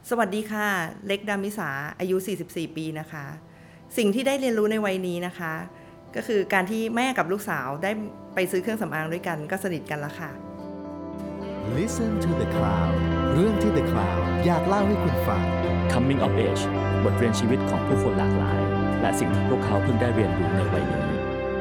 สวัสดีค่ะเล็กดามิสาอายุ44ปีนะคะสิ่งที่ได้เรียนรู้ในวัยนี้นะคะก็คือการที่แม่กับลูกสาวได้ไปซื้อเครื่องสำอางด้วยกันก็สนิทกันแล้วค่ะ Listen to the Cloud เรื่องที่ The Cloud อยากเล่าให้คุณฟัง Coming of Age บทเรียนชีวิตของผู้คนหลากหลายและสิ่งที่พวกเขาเพิ่งได้เรียนรู้ในวัยนี้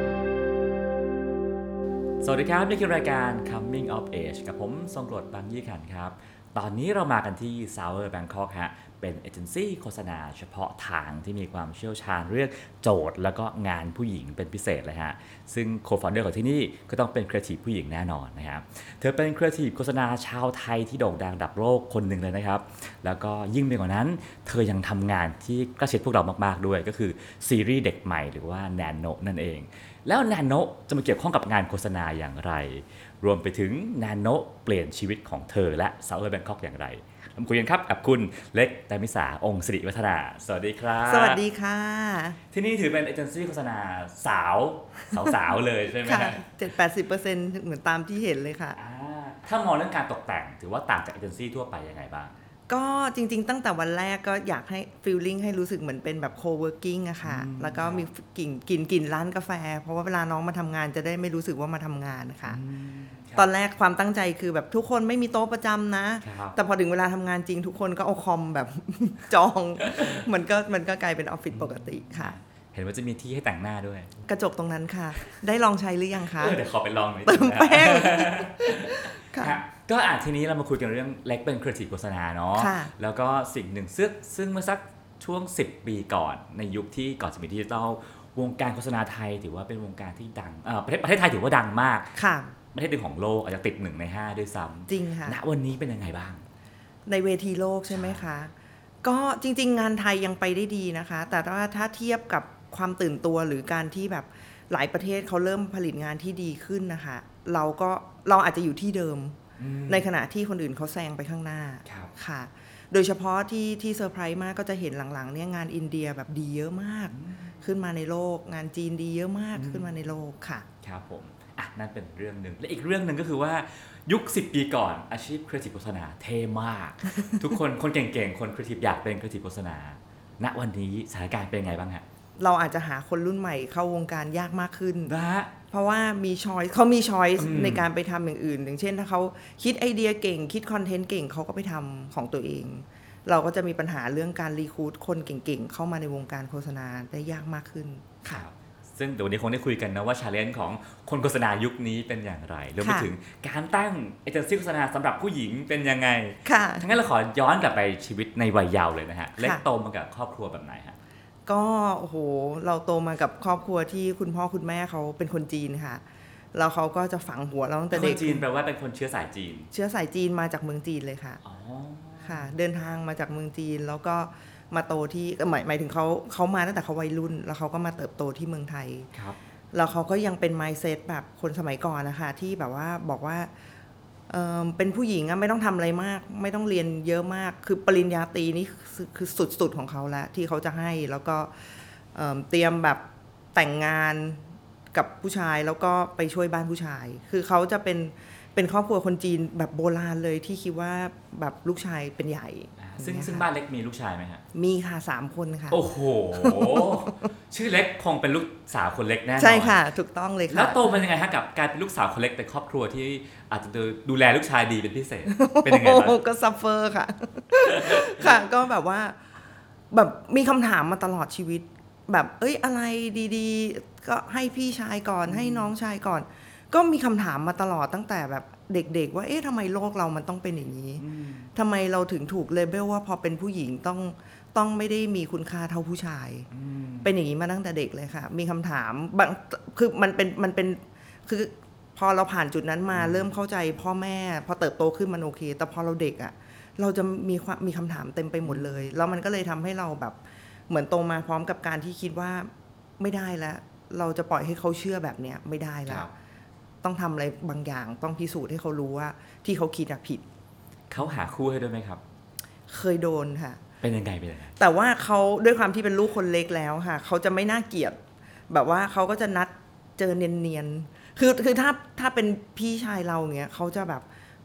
สวัสดีครับนี่คือรายการ Coming of Age กับผมทรงกรดบางยี่ขันครับตอนนี้เรามากันที่ Sour Bangkok ฮะเป็นเอเจนซี่โฆษณาเฉพาะทางที่มีความเชี่ยวชาญเรื่องโจทย์แล้วก็งานผู้หญิงเป็นพิเศษเลยฮะซึ่งโคฟาวเดอร์ของที่นี่ก็ต้องเป็นครีเอทีฟผู้หญิงแน่นอนนะครับเธอเป็นครีเอทีฟโฆษณาชาวไทยที่โด่งดังระดับโลกคนหนึ่งเลยนะครับแล้วก็ยิ่งไปกว่านั้นเธอยังทำงานที่ใกล้ชิดพวกเรามากๆด้วยก็คือซีรีส์เด็กใหม่หรือว่า Nano นั่นเองแล้ว Nano จะมาเกี่ยวข้องกับงานโฆษณาอย่างไรรวมไปถึง Nano เปลี่ยนชีวิตของเธอและ Sour Bangkok อย่างไรมาคุยกันครับกับคุณเล็กดามิสาองค์สิริวัฒนาสวัสดีครับสวัสดีค่ะที่นี่ถือเป็นเอเจนซี่โฆษณาสาวเลยใช่ไหมค่ะ 70-80% เหมือนตามที่เห็นเลยค่ะถ้ามองเรื่องการตกแต่งถือว่าต่างจากเอเจนซี่ทั่วไปยังไงบ้างก็จริงๆตั้งแต่วันแรกก็อยากให้ฟีลลิ่งให้รู้สึกเหมือนเป็นแบบโคเวิร์กิ้งอะค่ะแล้วก็มีกลิ่นร้านกาแฟเพราะว่าเวลาน้องมาทำงานจะได้ไม่รู้สึกว่ามาทำงานนะคะตอนแรกความตั้งใจคือแบบทุกคนไม่มีโต๊ะประจำนะแต่พอถึงเวลาทำงานจริงทุกคนก็เอาคอมแบบ จองมันก็กลายเป็นออฟฟิศปกติค่ะเห็นว่าจะมีที่ให้แต่งหน้าด้วยกระจกตรงนั้นค่ะได้ลองใช้หรือยังคะเดี๋ยวขอไปลองหน่อยเติมแป้งก็ทีนี้เรามาคุยกันเรื่องเล็กเป็นครีเอทีฟโฆษณาเนาะแล้วก็สิ่งหนึ่งซึ่งเมื่อสักช่วง10ปีก่อนในยุคที่ก่อนจะมีดิจิทัลวงการโฆษณาไทยถือว่าเป็นวงการที่ดังประเทศไทยถือว่าดังมากค่ะประเทศหนึ่งของโลกอาจจะติด1 ใน 5ด้วยซ้ำจริงค่ะณวันนี้เป็นยังไงบ้างในเวทีโลกใช่ไหมคะก็จริงๆงานไทยยังไปได้ดีนะคะแต่ว่าถ้าเทียบกับความตื่นตัวหรือการที่แบบหลายประเทศเขาเริ่มผลิตงานที่ดีขึ้นนะคะเราอาจจะอยู่ที่เดิมในขณะที่คนอื่นเขาแซงไปข้างหน้าค่ะโดยเฉพาะที่เซอร์ไพรส์มากก็จะเห็นหลังๆเนี่ยงานอินเดียแบบดีเยอะมากขึ้นมาในโลกงานจีนดีเยอะมากขึ้นมาในโลกค่ะครับผมนั่นเป็นเรื่องหนึ่งและอีกเรื่องหนึ่งก็คือว่ายุค10ปีก่อนอาชีพครีเอทีฟโฆษณาเท่มาก ทุกคนเก่งๆคนครีเอทีฟอยากเป็นครีเอทีฟโฆษณาณวันนี้สถานการณ์เป็นไงบ้างฮะเราอาจจะหาคนรุ่นใหม่เข้าวงการยากมากขึ้นนะเพราะว่าเขามีช้อยส์ในการไปทำอย่างอื่นอย่างเช่นถ้าเขาคิดไอเดียเก่งคิดคอนเทนต์เก่งเขาก็ไปทำของตัวเองเราก็จะมีปัญหาเรื่องการรีครูทคนเก่งๆเข้ามาในวงการโฆษณาได้ยากมากขึ้นค่ะซึ่งเดี๋ยววันนี้คงได้คุยกันนะว่า challenge ของคนโฆษณายุคนี้เป็นอย่างไรรวมไปถึงการตั้งเอเจนซี่โฆษณาสำหรับผู้หญิงเป็นยังไงค่ะทั้งนั้นเราขอย้อนกลับไปชีวิตในวัยเยาว์เลยนะฮะเล็กโตมากับครอบครัวแบบไหนฮะก็โอ้โหเราโตมากับครอบครัวที่คุณพ่อคุณแม่เขาเป็นคนจีนค่ะแล้วเขาก็จะฝังหัวเราตั้งแต่เด็กคนจีนแปลว่าเป็นคนเชื้อสายจีนเชื้อสายจีนมาจากเมืองจีนเลยค่ะค่ะเดินทางมาจากเมืองจีนแล้วก็มาโตที่หมายถึงเขามาตั้งแต่เขาวัยรุ่นแล้วเขาก็มาเติบโตที่เมืองไทยครับแล้วเขาก็ยังเป็น mindset แบบคนสมัยก่อนนะคะที่แบบว่าบอกว่าเป็นผู้หญิงไม่ต้องทำอะไรมากไม่ต้องเรียนเยอะมากคือปริญญาตรีนี่คือสุดๆของเขาแล้วที่เขาจะให้แล้วก็เตรียมแบบแต่งงานกับผู้ชายแล้วก็ไปช่วยบ้านผู้ชายคือเขาจะเป็นครอบครัวคนจีนแบบโบราณเลยที่คิดว่าแบบลูกชายเป็นใหญ่ซึ่งบ้านเล็กมีลูกชายไหมฮะมีค่ะ3 คนค่ะโอ้โห ชื่อเล็กคงเป็นลูกสาวคนเล็กแน่นอนใช่ค่ะถูกต้องเลยค่ะแล้วโตเป็นยังไงฮะกับการเป็นลูกสาวคนเล็กในครอบครัวที่อาจจะดูแลลูกชายดีเป็นพิเศษเป็นยังไงบ้างก็ซัฟเฟอร์ค่ะค่ะก็แบบว่าแบบมีคำถามมาตลอดชีวิตแบบอะไรดีๆก็ให้พี่ชายก่อนให้น้องชายก่อนก็มีคำถามมาตลอดตั้งแต่แบบเด็กๆว่าทำไมโลกเรามันต้องเป็นอย่างนี้ทำไมเราถึงถูกเลเบลว่าพอเป็นผู้หญิงต้องไม่ได้มีคุณค่าเท่าผู้ชายเป็นอย่างนี้มาตั้งแต่เด็กเลยค่ะมีคำถามบางคือมันเป็นคือพอเราผ่านจุดนั้นมาเริ่มเข้าใจพ่อแม่พอเติบโตขึ้นมันโอเคแต่พอเราเด็กเราจะมีคำถามเต็มไปหมดเลยแล้วมันก็เลยทำให้เราแบบเหมือนโตมาพร้อมกับการที่คิดว่าไม่ได้แล้วเราจะปล่อยให้เขาเชื่อแบบเนี้ยไม่ได้แล้วต้องทำอะไรบางอย่างต้องพิสูจน์ให้เขารู้ว่าที่เขาคิดผิดเขาหาคู่ให้ด้วยไหมครับเคยโดนค่ะเป็นยังไงแต่ว่าเขาด้วยความที่เป็นลูกคนเล็กแล้วค่ะเขาจะไม่น่าเกลียดแบบว่าเขาก็จะนัดเจอเนียนๆคือถ้าเป็นพี่ชายเราอย่างเงี้ยเขาจะแบบ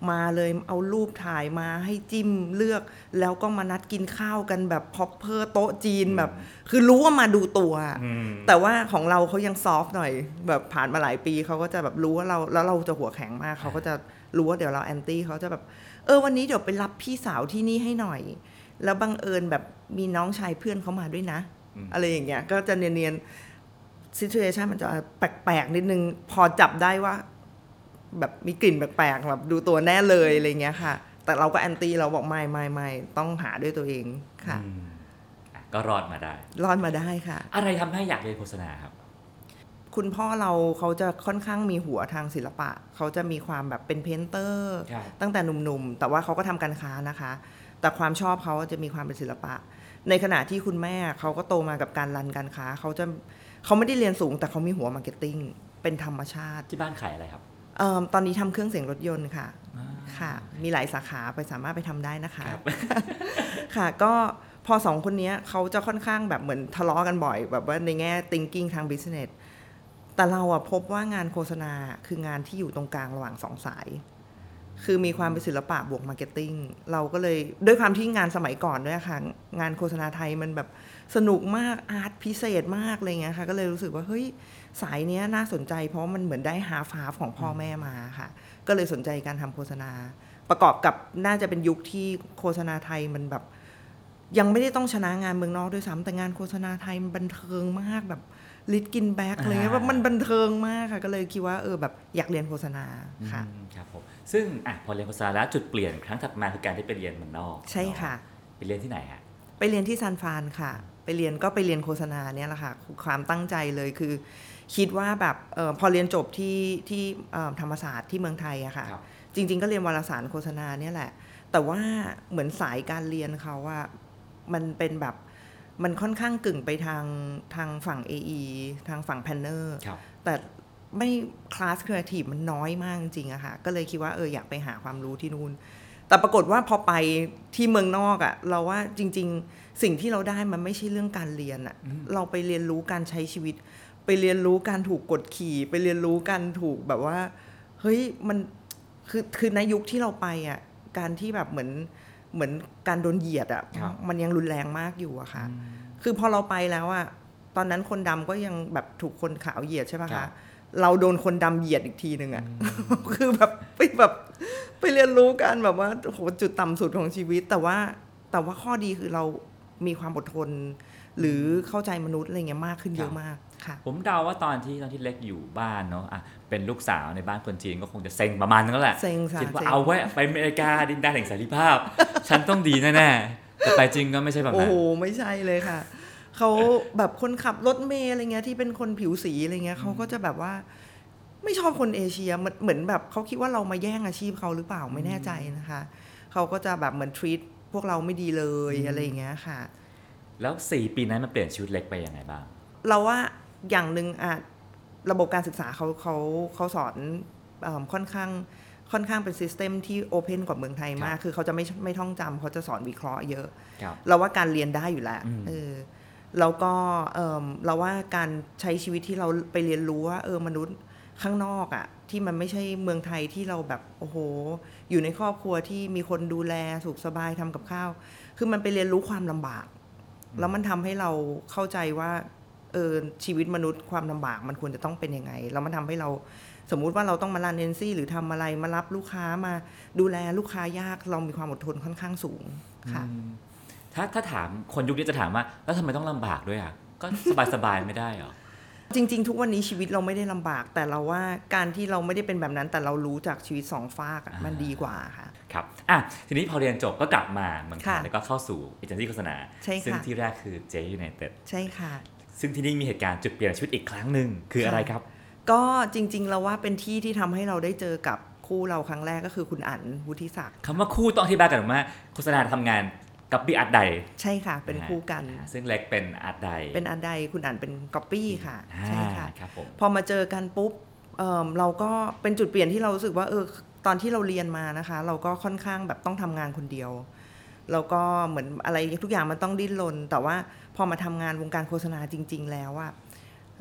มาเลยเอารูปถ่ายมาให้จิ้มเลือกแล้วก็มานัดกินข้าวกันแบบพอปเพอร์โต๊ะจีนแบบคือรู้ว่ามาดูตัวแต่ว่าของเราเขายังซอฟต์หน่อยแบบผ่านมาหลายปีเขาก็จะแบบรู้ว่าเราแล้วเราจะหัวแข็งมากเขาก็จะรู้ว่าเดี๋ยวเราแอนตี้เขาจะแบบวันนี้เดี๋ยวไปรับพี่สาวที่นี่ให้หน่อยแล้วบังเอิญแบบมีน้องชายเพื่อนเขามาด้วยนะอะไรอย่างเงี้ยก็จะเนียนๆซิทูเอชันมันจะแปลกๆนิดนึงพอจับได้ว่าแบบมีกลิ่นแปลกๆแบบดูตัวแน่เลยอะไรเงี้ยค่ะแต่เราก็แอนตี้เราบอกไม่ต้องหาด้วยตัวเองค่ะก็รอดมาได้ค่ะอะไรทำให้อยากเรียนโฆษณาครับคุณพ่อเราเขาจะค่อนข้างมีหัวทางศิลปะเขาจะมีความแบบเป็นเพนเตอร์ตั้งแต่หนุ่มๆแต่ว่าเขาก็ทำการค้านะคะแต่ความชอบเขาจะมีความเป็นศิลปะในขณะที่คุณแม่เขาก็โตมากับการรันการค้าเขาไม่ได้เรียนสูงแต่เขามีหัวมาร์เก็ตติ้งเป็นธรรมชาติที่บ้านขายอะไรครับตอนนี้ทำเครื่องเสียงรถยนต์ค่ะค่ะมีหลายสาขาไปสามารถไปทำได้นะคะ ค่ะก็พอสองคนนี้เขาจะค่อนข้างแบบเหมือนทะเลาะกันบ่อยแบบว่าในแง่ thinking ทาง business แต่เราพบว่างานโฆษณาคืองานที่อยู่ตรงกลางระหว่างสองสายคือมีความเป็นศิลปะบวกมาร์เก็ตติ้งเราก็เลยด้วยความที่งานสมัยก่อนด้วยค่ะงานโฆษณาไทยมันแบบสนุกมากอาร์ตพิเศษมากอะไรเงี้ยค่ะก็เลยรู้สึกว่าเฮ้ยสายเนี้ยน่าสนใจเพราะมันเหมือนได้ฮาฟของพ่อแม่มาค่ะก็เลยสนใจการทำโฆษณาประกอบกับน่าจะเป็นยุคที่โฆษณาไทยมันแบบยังไม่ได้ต้องชนะงานเมืองนอกด้วยซ้ำแต่งานโฆษณาไทยมันบันเทิงมากแบบลิทกินแบ็กอะไรเงี้ยแบบมันบันเทิงมากค่ะก็เลยคิดว่าแบบอยากเรียนโฆษณาค่ะครับผมซึ่งพอเรียนโฆษณาแล้วจุดเปลี่ยนครั้งถัดมาคือการที่ไปเรียนเมืองนอกใช่ค่ะไปเรียนที่ไหนฮะไปเรียนที่ซานฟรานค่ะไปเรียนโฆษณาเนี่ยแหละค่ะความตั้งใจเลยคือคิดว่าแบบพอเรียนจบที่ธรรมศาสตร์ที่เมืองไทยอะค่ะจริงๆก็เรียนวารสารโฆษณาเนี่ยแหละแต่ว่าเหมือนสายการเรียนเขาว่ามันเป็นแบบมันค่อนข้างกึ่งไปทางฝั่ง AE ทางฝั่งแพนเนอร์แต่ไม่คลาสครีเอทีฟมันน้อยมากจริงอะค่ะก็เลยคิดว่าอยากไปหาความรู้ที่นู่นแต่ปรากฏว่าพอไปที่เมืองนอกอะเราว่าจริงๆสิ่งที่เราได้มันไม่ใช่เรื่องการเรียนอะเราไปเรียนรู้การใช้ชีวิตไปเรียนรู้การถูกกดขี่ไปเรียนรู้การถูกแบบว่าเฮ้ยมันคือในยุคที่เราไปอะการที่แบบเหมือนการโดนเหยียดอะมันยังรุนแรงมากอยู่อะค่ะคือพอเราไปแล้วอะตอนนั้นคนดำก็ยังแบบถูกคนขาวเหยียดใช่ปะคะเราโดนคนดำเหยียดอีกทีนึงอะคือแบบไปเรียนรู้กันแบบว่าโหจุดต่ำสุดของชีวิตแต่ว่าข้อดีคือเรามีความอดทนหรือเข้าใจมนุษย์อะไรเงี้ยมากขึ้นเยอะมากค่ะผมเดาว่าตอนที่เล็กอยู่บ้านเนาะเป็นลูกสาวในบ้านคนจีนก็คงจะเซ็งประมาณนั้นแหละคิดว่าเอาไว้ไปอเมริกาดินแดนแห่งเสรีภาพฉันต้องดีแน่ๆแต่ไปจริงก็ไม่ใช่แบบนั้นโอ้โหไม่ใช่เลยค่ะเขาแบบคนขับรถเมล์อะไรเงี้ยที่เป็นคนผิวสีอะไรเงี้ยเขาก็จะแบบว่าไม่ชอบคนเอเชียเหมือนแบบเขาคิดว่าเรามาแย่งอาชีพเขาหรือเปล่าไม่แน่ใจนะคะเขาก็จะแบบเหมือนทรีตพวกเราไม่ดีเลยอะไรอย่างเงี้ยค่ะแล้ว4 ปีนั้นมันเปลี่ยนชีวิตเล็กไปยังไงบ้างเราว่าอย่างนึงระบบการศึกษาเขาสอนค่อนข้างเป็นซิสเต็มที่โอเพนกว่าเมืองไทยมากคือเขาจะไม่ท่องจำเขาจะสอนวิเคราะห์เยอะเราว่าการเรียนได้อยู่แล้วแล้วก็เราว่าการใช้ชีวิตที่เราไปเรียนรู้ว่ามนุษย์ข้างนอกที่มันไม่ใช่เมืองไทยที่เราแบบโอ้โหอยู่ในครอบครัวที่มีคนดูแลสุขสบายทำกับข้าวคือมันไปเรียนรู้ความลำบากแล้วมันทำให้เราเข้าใจว่าชีวิตมนุษย์ความลำบากมันควรจะต้องเป็นยังไงแล้วมันทำให้เราสมมุติว่าเราต้องมารันเอเจนซี่หรือทำอะไรมารับลูกค้ามาดูแลลูกค้ายากเรามีความอดทนค่อนข้างสูงค่ะถ้าถามคนยุคนี้จะถามว่าแล้วทำไมต้องลำบากด้วยก็สบายๆไม่ได้หรอจริงๆทุกวันนี้ชีวิตเราไม่ได้ลำบากแต่เราว่าการที่เราไม่ได้เป็นแบบนั้นแต่เรารู้จากชีวิตสองฝากมันดีกว่าค่ะครับทีนี้พอเรียนจบก็กลับมาเมืองไทยแล้วก็เข้าสู่เอเจนซี่โฆษณาซึ่งที่แรกคือ J United ใช่ค่ะซึ่งที่นี่มีเหตุการณ์จุดเปลี่ยนชีวิตอีกครั้งหนึ่งคืออะไรครับก็จริงๆเราว่าเป็นที่ที่ทำให้เราได้เจอกับคู่เราครั้งแรกก็คือคุณอั๋นวุฒิศักดิ์คำว่าคู่ต้องอธิบายกันว่าโฆษณาทำงานกับพี่อาร์ตไดใช่ค่ะเป็นคู่กันซึ่งเล็กเป็นอาร์ตไดคุณอั๋นเป็นก๊อปปี้ค่ะใช่ค่ะครับผมพอมาเจอกันปุ๊บเราก็เป็นจุดเปลี่ยนที่เรารู้สึกว่าตอนที่เราเรียนมานะคะเราก็ค่อนข้างแบบต้องทำงานคนเดียวแล้วก็เหมือนอะไรทุกอย่างมันต้องดิ้นรนแต่ว่าพอมาทำงานวงการโฆษณาจริงๆแล้ว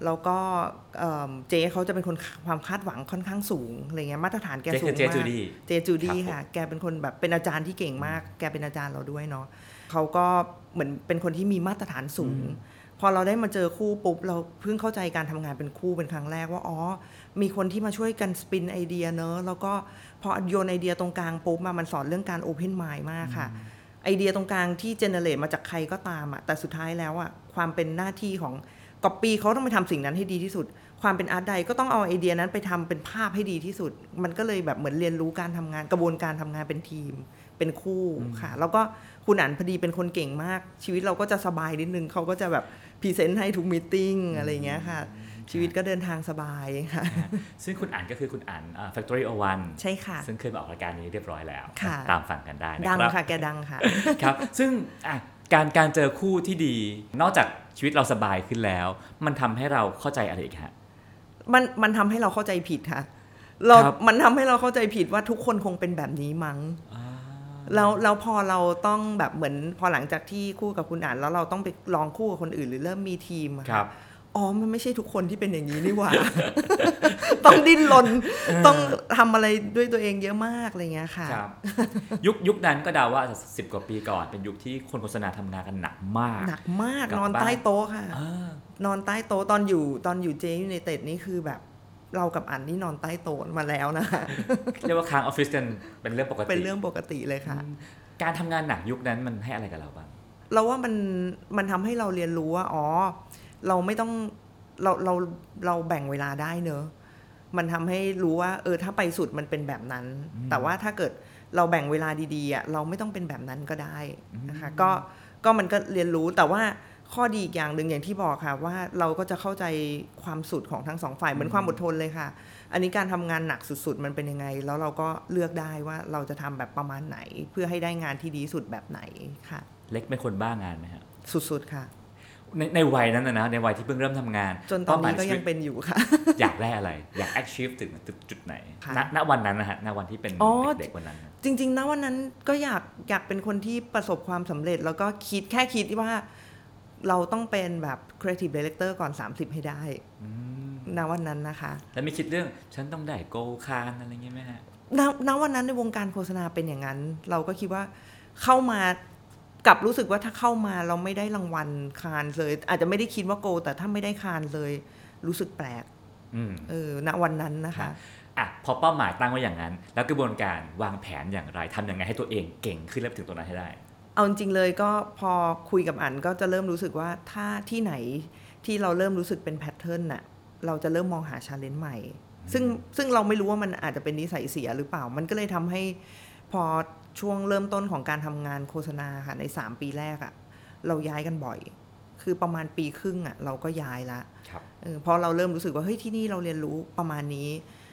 แล้วก็เจ๊เขาจะเป็นคนความคาดหวังค่อนข้างสูงอะไรเงี้ยมาตรฐานแกสูงมากเจจูดี้ค่ะแกเป็นคนแบบเป็นอาจารย์ที่เก่งมากแกเป็นอาจารย์เราด้วยเนาะเขาก็เหมือนเป็นคนที่มีมาตรฐานสูงพอเราได้มาเจอคู่ปุ๊บเราเพิ่งเข้าใจการทำงานเป็นคู่เป็นครั้งแรกว่าอ๋อมีคนที่มาช่วยกันสปินไอเดียเนอะแล้วก็พอโยนไอเดียตรงกลางปุ๊บมันสอนเรื่องการโอเพนไมล์มากค่ะไอเดียตรงกลางที่เจเนเรตมาจากใครก็ตามแต่สุดท้ายแล้วความเป็นหน้าที่ของก๊อปปี้เขาต้องไปทำสิ่งนั้นให้ดีที่สุดความเป็นอาร์ตไดก็ต้องเอาไอเดียนั้นไปทำเป็นภาพให้ดีที่สุดมันก็เลยแบบเหมือนเรียนรู้การทำงานกระบวนการทำงานเป็นทีมเป็นคู่ค่ะแล้วก็คุณอั๋นพอดีเป็นคนเก่งมากชีวิตเราก็จะสบายนิดนึงเขาก็จะแบบพรีเซนต์ให้ทุกมีตติ้งอะไรเงี้ยค่ะชีวิตก็เดินทางสบายค่ะซึ่งคุณอั๋นก็คือคุณอั๋นFactory 01 ใช่ค่ะซึ่งเคยมาออกรายการนี้เรียบร้อยแล้วค่ะตามฟังกันได้นะครับดังค่ะแกดังค่ะครับซึ่งการเจอคู่ที่ดีนอกจากชีวิตเราสบายขึ้นแล้วมันทำให้เราเข้าใจอะไรอีกฮะมันทำให้เราเข้าใจผิดค่ะมันทำให้เราเข้าใจผิดว่าทุกคนคงเป็นแบบนี้มั้งแล้วพอเราต้องแบบเหมือนพอหลังจากที่คู่กับคุณอั๋นแล้วเราต้องไปลองคู่กับคนอื่นหรือเริ่มมีทีมครับอ๋อมันไม่ใช่ทุกคนที่เป็นอย่างนี้นี่หว่า ต้องดิ้นรนต้องทำอะไรด้วยตัวเองเยอะมากอะไรเงี้ยค่ะครับยุคนั้นก็เดาว่า10 กว่าปีก่อนเป็นยุคที่คนโฆษณาทำงานกันหนักมากนอนใต้โต๊ะค่ะนอนใต้โต๊ะตอนอยู่เจยูไนเต็ดนี่คือแบบเรากับอั๋นนี่นอนใต้โต๊ะมาแล้วนะเรียกว่าค้างออฟฟิศกันเป็นเรื่องปกติเลยค่ะการทำงานหนักยุคนั้นมันให้อะไรกับเราบ้างเราว่ามันทำให้เราเรียนรู้ว่าอ๋อเราไม่ต้องเราแบ่งเวลาได้เนอะมันทำให้รู้ว่าถ้าไปสุดมันเป็นแบบนั้นแต่ว่าถ้าเกิดเราแบ่งเวลาดีๆเราไม่ต้องเป็นแบบนั้นก็ได้นะคะก็มันก็เรียนรู้แต่ว่าข้อดีอีกอย่างหนึ่งอย่างที่บอกค่ะว่าเราก็จะเข้าใจความสุดของทั้งสองฝ่ายเหมือนความอดทนเลยค่ะอันนี้การทำงานหนักสุดๆมันเป็นยังไงแล้วเราก็เลือกได้ว่าเราจะทำแบบประมาณไหนเพื่อให้ได้งานที่ดีสุดแบบไหนค่ะเล็กเป็นคนบ้างานไหมฮะสุดๆค่ะในวัยนั้นนะในวัยที่เพิ่งเริ่มทำงานจนตอนนี้ก็ยังเป็นอยู่ค่ะอยากได้อะไรอยาก achieve ถึงจุดไหนณวันนั้นนะฮะณวันที่เป็นเด็กวันนั้นจริงๆณวันนั้นก็อยากเป็นคนที่ประสบความสำเร็จแล้วก็แค่คิดว่าเราต้องเป็นแบบ creative director ก่อน30ให้ได้ณวันนั้นนะคะแล้วไม่คิดเรื่องฉันต้องได้โกลคานอะไรเงี้ยไหมฮะณวันนั้นในวงการโฆษณาเป็นอย่างนั้นเราก็คิดว่าเข้ามากลับรู้สึกว่าถ้าเข้ามาเราไม่ได้รางวัลคานเลยอาจจะไม่ได้คิดว่าโกแต่ถ้าไม่ได้คานเลยรู้สึกแปลกณวันนั้นนะคะพอเป้าหมายตั้งไว้อย่างนั้นแล้วกระบวนการวางแผนอย่างไรทำยังไงให้ตัวเองเก่งขึ้นและถึงตรงนั้นให้ได้เอาจริงเลยก็พอคุยกับอั๋นก็จะเริ่มรู้สึกว่าถ้าที่ไหนที่เราเริ่มรู้สึกเป็นแพทเทิร์นน่ะเราจะเริ่มมองหา challenge ใหม่ซึ่งเราไม่รู้ว่ามันอาจจะเป็นนิสัยเสียหรือเปล่ามันก็เลยทำให้พอช่วงเริ่มต้นของการทำงานโฆษณาค่ะใน3ปีแรกเราย้ายกันบ่อยคือประมาณปีครึ่งเราก็ย้ายละเพราะเราเริ่มรู้สึกว่าเฮ้ยที่นี่เราเรียนรู้ประมาณนี้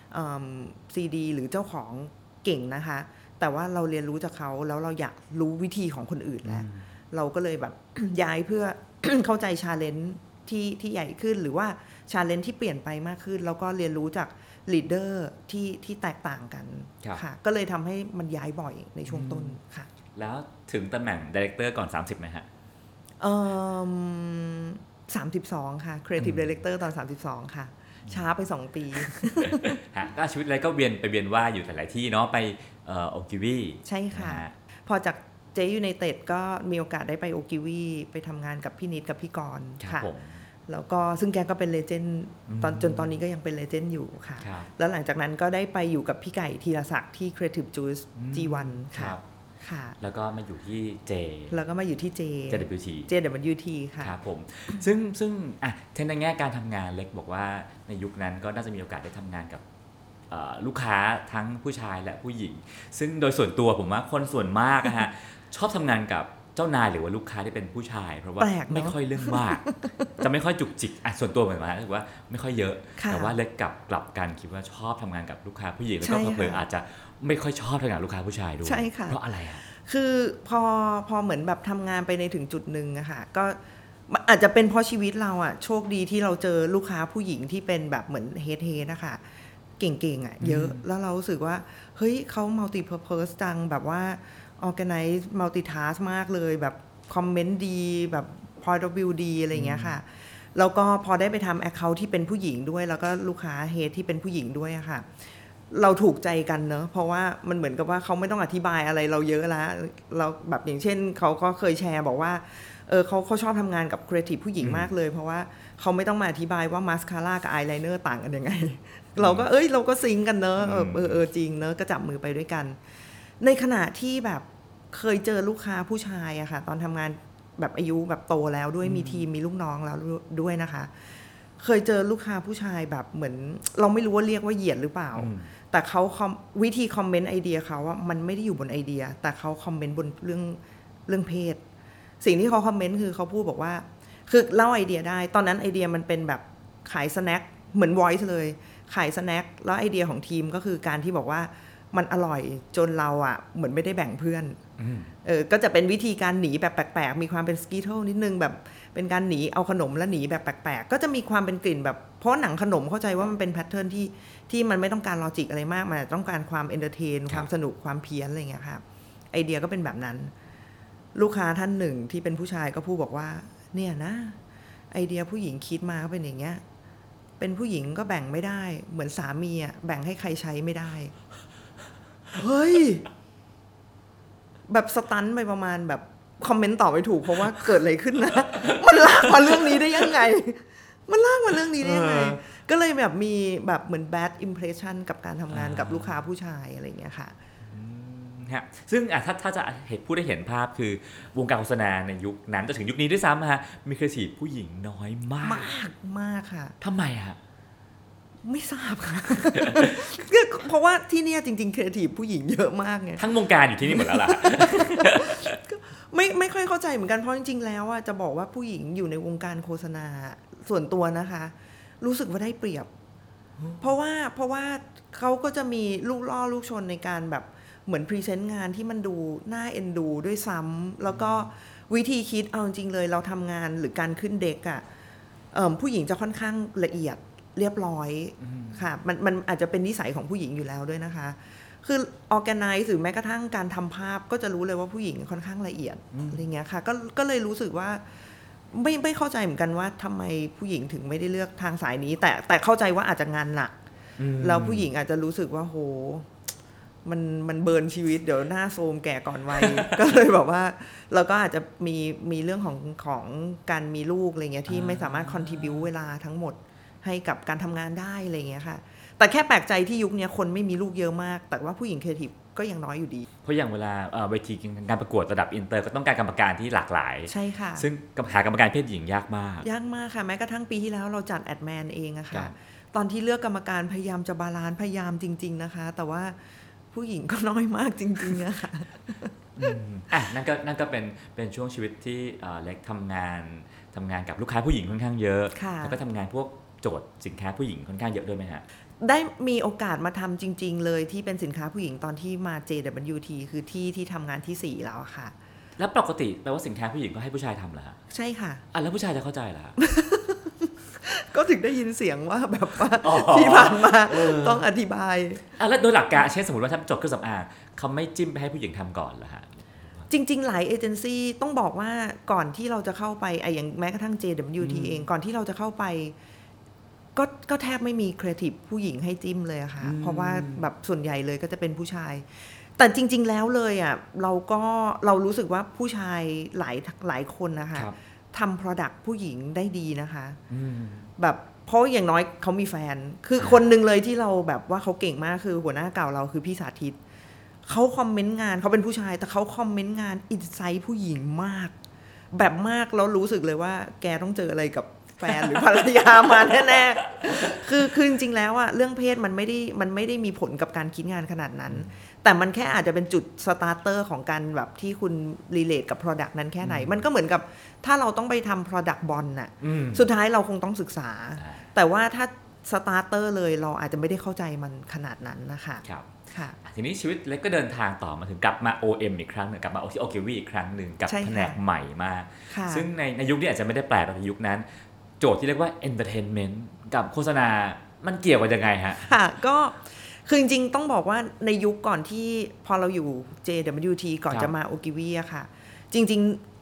CD หรือเจ้าของเก่งนะคะแต่ว่าเราเรียนรู้จากเขาแล้วเราอยากรู้วิธีของคนอื่นแล้วเราก็เลยแบบ ย้ายเพื่อ เข้าใจ challenge ที่ใหญ่ขึ้นหรือว่า challenge ที่เปลี่ยนไปมากขึ้นแล้วก็เรียนรู้จากลีดเดอร์ที่แตกต่างกันค่ะก็เลยทำให้มันย้ายบ่อยในช่วงต้นค่ะแล้วถึงตำแหน่งดีเรคเตอร์ก่อน30ไหมฮะ 32ค่ะ Creative Director ตอน32ค่ะช้าไป2ปีก็ชีวิตอะไรก็เวียนว่าอยู่หลายๆที่เนาะไปโอกิวีใช่ค่ะพอจากเจยูไนเต็ดก็มีโอกาสได้ไปโอกิวีไปทำงานกับพี่นิดกับพี่กรณ์ค่ะแล้วก็ซึ่งแกก็เป็นเลเจนด์จนตอนนี้ก็ยังเป็นเลเจนด์อยู่ค่ะแล้วหลังจากนั้นก็ได้ไปอยู่กับพี่ไก่ธีรศักดิ์ที่ Creative Juice G1 ค่ะแล้วก็มาอยู่ที่เจแล้วก็มาอยู่ที่ JWT ค่ะครับผมซึ่งในแง่การทำงานเล็กบอกว่าในยุคนั้นก็น่าจะมีโอกาสได้ทำงานกับลูกค้าทั้งผู้ชายและผู้หญิงซึ่งโดยส่วนตัวผมว่าคนส่วนมากนะฮะชอบทำงานกับเจ้านายหรือว่าลูกค้าที่เป็นผู้ชายเพราะว่าไม่ค่อยเรื่องมากจะไม่ค่อยจุกจิกส่วนตัวเหมือนกันรู้สึกว่าไม่ค่อยเยอะแต่ว่าเล็กกลับกันคิดว่าชอบทำงานกับลูกค้าผู้หญิงแล้วก็เผลออาจจะไม่ค่อยชอบทำงานกับลูกค้าผู้ชายด้วยเพราะอะไรคือพอเหมือนแบบทำงานไปในถึงจุดนึงอะค่ะก็อาจจะเป็นเพราะชีวิตเราโชคดีที่เราเจอลูกค้าผู้หญิงที่เป็นแบบเหมือนเฮดนะคะเก่งๆเยอะแล้วเรารู้สึกว่าเฮ้ยเขา multi purpose จังแบบว่า organize multitask มากเลยแบบคอมเมนต์ดีแบบ point of view ดีอะไรอย่างเงี้ยค่ะแล้วก็พอได้ไปทำ account ที่เป็นผู้หญิงด้วยแล้วก็ลูกค้าเฮดที่เป็นผู้หญิงด้วยอะค่ะเราถูกใจกันเนอะเพราะว่ามันเหมือนกับว่าเขาไม่ต้องอธิบายอะไรเราเยอะแล้วเราแบบอย่างเช่นเขาก็เคยแชร์บอกว่าเขาชอบทำงานกับครีเอทีฟผู้หญิงมากเลยเพราะว่าเขาไม่ต้องมาอธิบายว่ามาสคาร่ากับอายไลเนอร์ต่างกันยังไงเราก็เราก็ซิงกันเนอะจริงเนอะก็จับมือไปด้วยกันในขณะที่แบบเคยเจอลูกค้าผู้ชายอะค่ะตอนทำงานแบบอายุแบบโตแล้วด้วยมีทีมมีลูกน้องแล้วด้วยนะคะเคยเจอลูกค้าผู้ชายแบบเหมือนเราไม่รู้ว่าเรียกว่าเหยียดหรือเปล่าแต่เขาวิธีคอมเมนต์ไอเดียเขาว่ามันไม่ได้อยู่บนไอเดียแต่เขาคอมเมนต์บนเรื่องเพศสิ่งที่เขาคอมเมนต์คือเขาพูดบอกว่าคือเล่าไอเดียได้ตอนนั้นไอเดียมันเป็นแบบขายสแน็คเหมือน voice เลยขายสแน็คแล้วไอเดียของทีมก็คือการที่บอกว่ามันอร่อยจนเราอ่ะเหมือนไม่ได้แบ่งเพื่อนก็จะเป็นวิธีการหนีแบบแปลกๆมีความเป็นสกีเทิลนิดนึงแบบเป็นการหนีเอาขนมแล้วหนีแบบแปลกๆก็จะมีความเป็นกลิ่นแบบเพราะหนังขนมเข้าใจว่ามันเป็นแพทเทิร์นที่มันไม่ต้องการลอจิกอะไรมากมันต้องการความเอนเตอร์เทนความสนุกความเพี้ยนอะไรอย่างเงี้ยค่ะไอเดียก็เป็นแบบนั้นลูกค้าท่านหนึ่งที่เป็นผู้ชายก็พูดบอกว่าเนี่ยนะไอเดียผู้หญิงคิดมาก็เป็นอย่างเงี้ยเป็นผู้หญิงก็แบ่งไม่ได้เหมือนสามีอ่ะแบ่งให้ใครใช้ไม่ได้เฮ้ยแบบสตันไปประมาณแบบคอมเมนต์ตอบไม่ถูกเพราะว่าเกิดอะไรขึ้นนะมันลากมาเรื่องนี้ได้ยังไงก็เลยแบบมีแบบเหมือน bad impression กับการทำงานกับลูกค้าผู้ชายอะไรอย่างเงี้ยค่ะซึ่งถ้าจะพูดได้เห็นภาพคือวงการโฆษณาในยุคนั้นจะถึงยุคนี้ด้วยซ้ำฮะมีครีเอทีฟผู้หญิงน้อยมากค่ะทำไมฮะไม่ทราบค่ะ เพราะว่าที่นี่จริงๆครีเอทีฟผู้หญิงเยอะมากไงทั้งวงการอยู่ที่นี่หมดแล้วล่ะไม่ค่อยเข้าใจเหมือนกันเพราะจริงๆแล้วจะบอกว่าผู้หญิงอยู่ในวงการโฆษณาส่วนตัวนะคะรู้สึกว่าได้เปรียบเพราะว่าเขาก็จะมีลูกล่อลูกชนในการแบบเหมือนพรีเซนต์งานที่มันดูน่าเอ็นดูด้วยซ้ำแล้วก็วิธีคิดเอาจริงๆเลยเราทำงานหรือการขึ้นเด็กผู้หญิงจะค่อนข้างละเอียดเรียบร้อยค่ะมันอาจจะเป็นนิสัยของผู้หญิงอยู่แล้วด้วยนะคะคือ organize หรือแม้กระทั่งการทำภาพก็จะรู้เลยว่าผู้หญิงค่อนข้างละเอียดอะไรเงี้ยค่ะก็เลยรู้สึกว่าไม่เข้าใจเหมือนกันว่าทำไมผู้หญิงถึงไม่ได้เลือกทางสายนี้แต่เข้าใจว่าอาจจะงานหนักแล้วผู้หญิงอาจจะรู้สึกว่าโหมันเบิร์นชีวิตเดี๋ยวหน้าโทรมแก่ก่อนวัย ก็เลยแบบว่าเราก็อาจจะมีเรื่องของการมีลูกอะไรเงี้ยที่ไม่สามารถคอนทริบิวเวลาทั้งหมดให้กับการทำงานได้อะไรเงี้ยค่ะแต่แค่แปลกใจที่ยุคนี้คนไม่มีลูกเยอะมากแต่ว่าผู้หญิงครีเอทีฟก็ยังน้อยอยู่ดีเพราะอย่างเวลาเวทีการประกวดระดับอินเตอร์ก็ต้องการกรรมการที่หลากหลายใช่ค่ะซึ่งหากรรมการเพศหญิงยากมากค่ะแม้กระทั่งปีที่แล้วเราจัดแอดแมนเองอะค่ะตอนที่เลือกกรรมการพยายามจะบาลานซ์พยายามจริงๆนะคะแต่ว่าผู้หญิงก็น้อยมากจริงๆอะค่ะนั่นก็เป็นช่วงชีวิตที่เล็กทำงานกับลูกค้าผู้หญิงค่อนข้างเยอะแล้วก็ทำงานพวกโจทย์สินค้าผู้หญิงค่อนข้างเยอะด้วยไหมฮะได้มีโอกาสมาทำจริงๆเลยที่เป็นสินค้าผู้หญิงตอนที่มา JWT คือที่ทำงานที่4แล้วค่ะแล้วปกติแปลว่าสินค้าผู้หญิงก็ให้ผู้ชายทำเหรอฮะใช่ค่ะแล้วผู้ชายจะเข้าใจเหรอก็ถึงได้ยินเสียงว่าแบบว่าที่ผ่านมาต้องอธิบายแล้วโดยหลักการเช่นสมมติว่าถ้าจดเครื่องสำอางเขาไม่จิ้มไปให้ผู้หญิงทำก่อนเหรอฮะจริงๆหลายเอเจนซี่ต้องบอกว่าก่อนที่เราจะเข้าไปอย่างแม้กระทั่ง JWT เองก่อนที่เราจะเข้าไปก็แทบไม่มีครีเอทีฟผู้หญิงให้จิ้มเลยอะค่ะเพราะว่าแบบส่วนใหญ่เลยก็จะเป็นผู้ชายแต่จริงๆแล้วเลยอะเรารู้สึกว่าผู้ชายหลายคนนะคะทำ product ผู้หญิงได้ดีนะคะแบบเพราะอย่างน้อยเขามีแฟนคือคนหนึ่งเลยที่เราแบบว่าเขาเก่งมากคือหัวหน้าเก่าเราคือพี่สาธิตเขาคอมเมนต์งานเขาเป็นผู้ชายแต่เขาคอมเมนต์งานอินไซต์ผู้หญิงมากแบบมากแล้วรู้สึกเลยว่าแกต้องเจออะไรกับแฟนหรือภรรยามาแน่ๆคือจริงๆแล้วอะเรื่องเพศมันไม่ได้มีผลกับการคิดงานขนาดนั้นแต่มันแค่อาจจะเป็นจุดสตาร์เตอร์ของการแบบที่คุณรีเลทกับ product นั้นแค่ไหนมันก็เหมือนกับถ้าเราต้องไปทำ product bond น่ะสุดท้ายเราคงต้องศึกษาแต่ว่าถ้าสตาร์เตอร์เลยเราอาจจะไม่ได้เข้าใจมันขนาดนั้นนะคะค่ะทีนี้ชีวิตเล็กก็เดินทางต่อมาถึงกลับมา OM อีกครั้งหนึ่งกลับมาที่ Ogilvy อีกครั้งหนึ่งกับแผนกใหม่มากซึ่งในยุคนี้อาจจะไม่ได้แปลกในยุคนั้นโจทย์ที่เรียกว่า entertainment กับโฆษณามันเกี่ยวกันยังไงฮะค่ะก็คือจริงๆต้องบอกว่าในยุคก่อนที่พอเราอยู่ JWT ก่อนจะมา Ogilvy อะค่ะจริง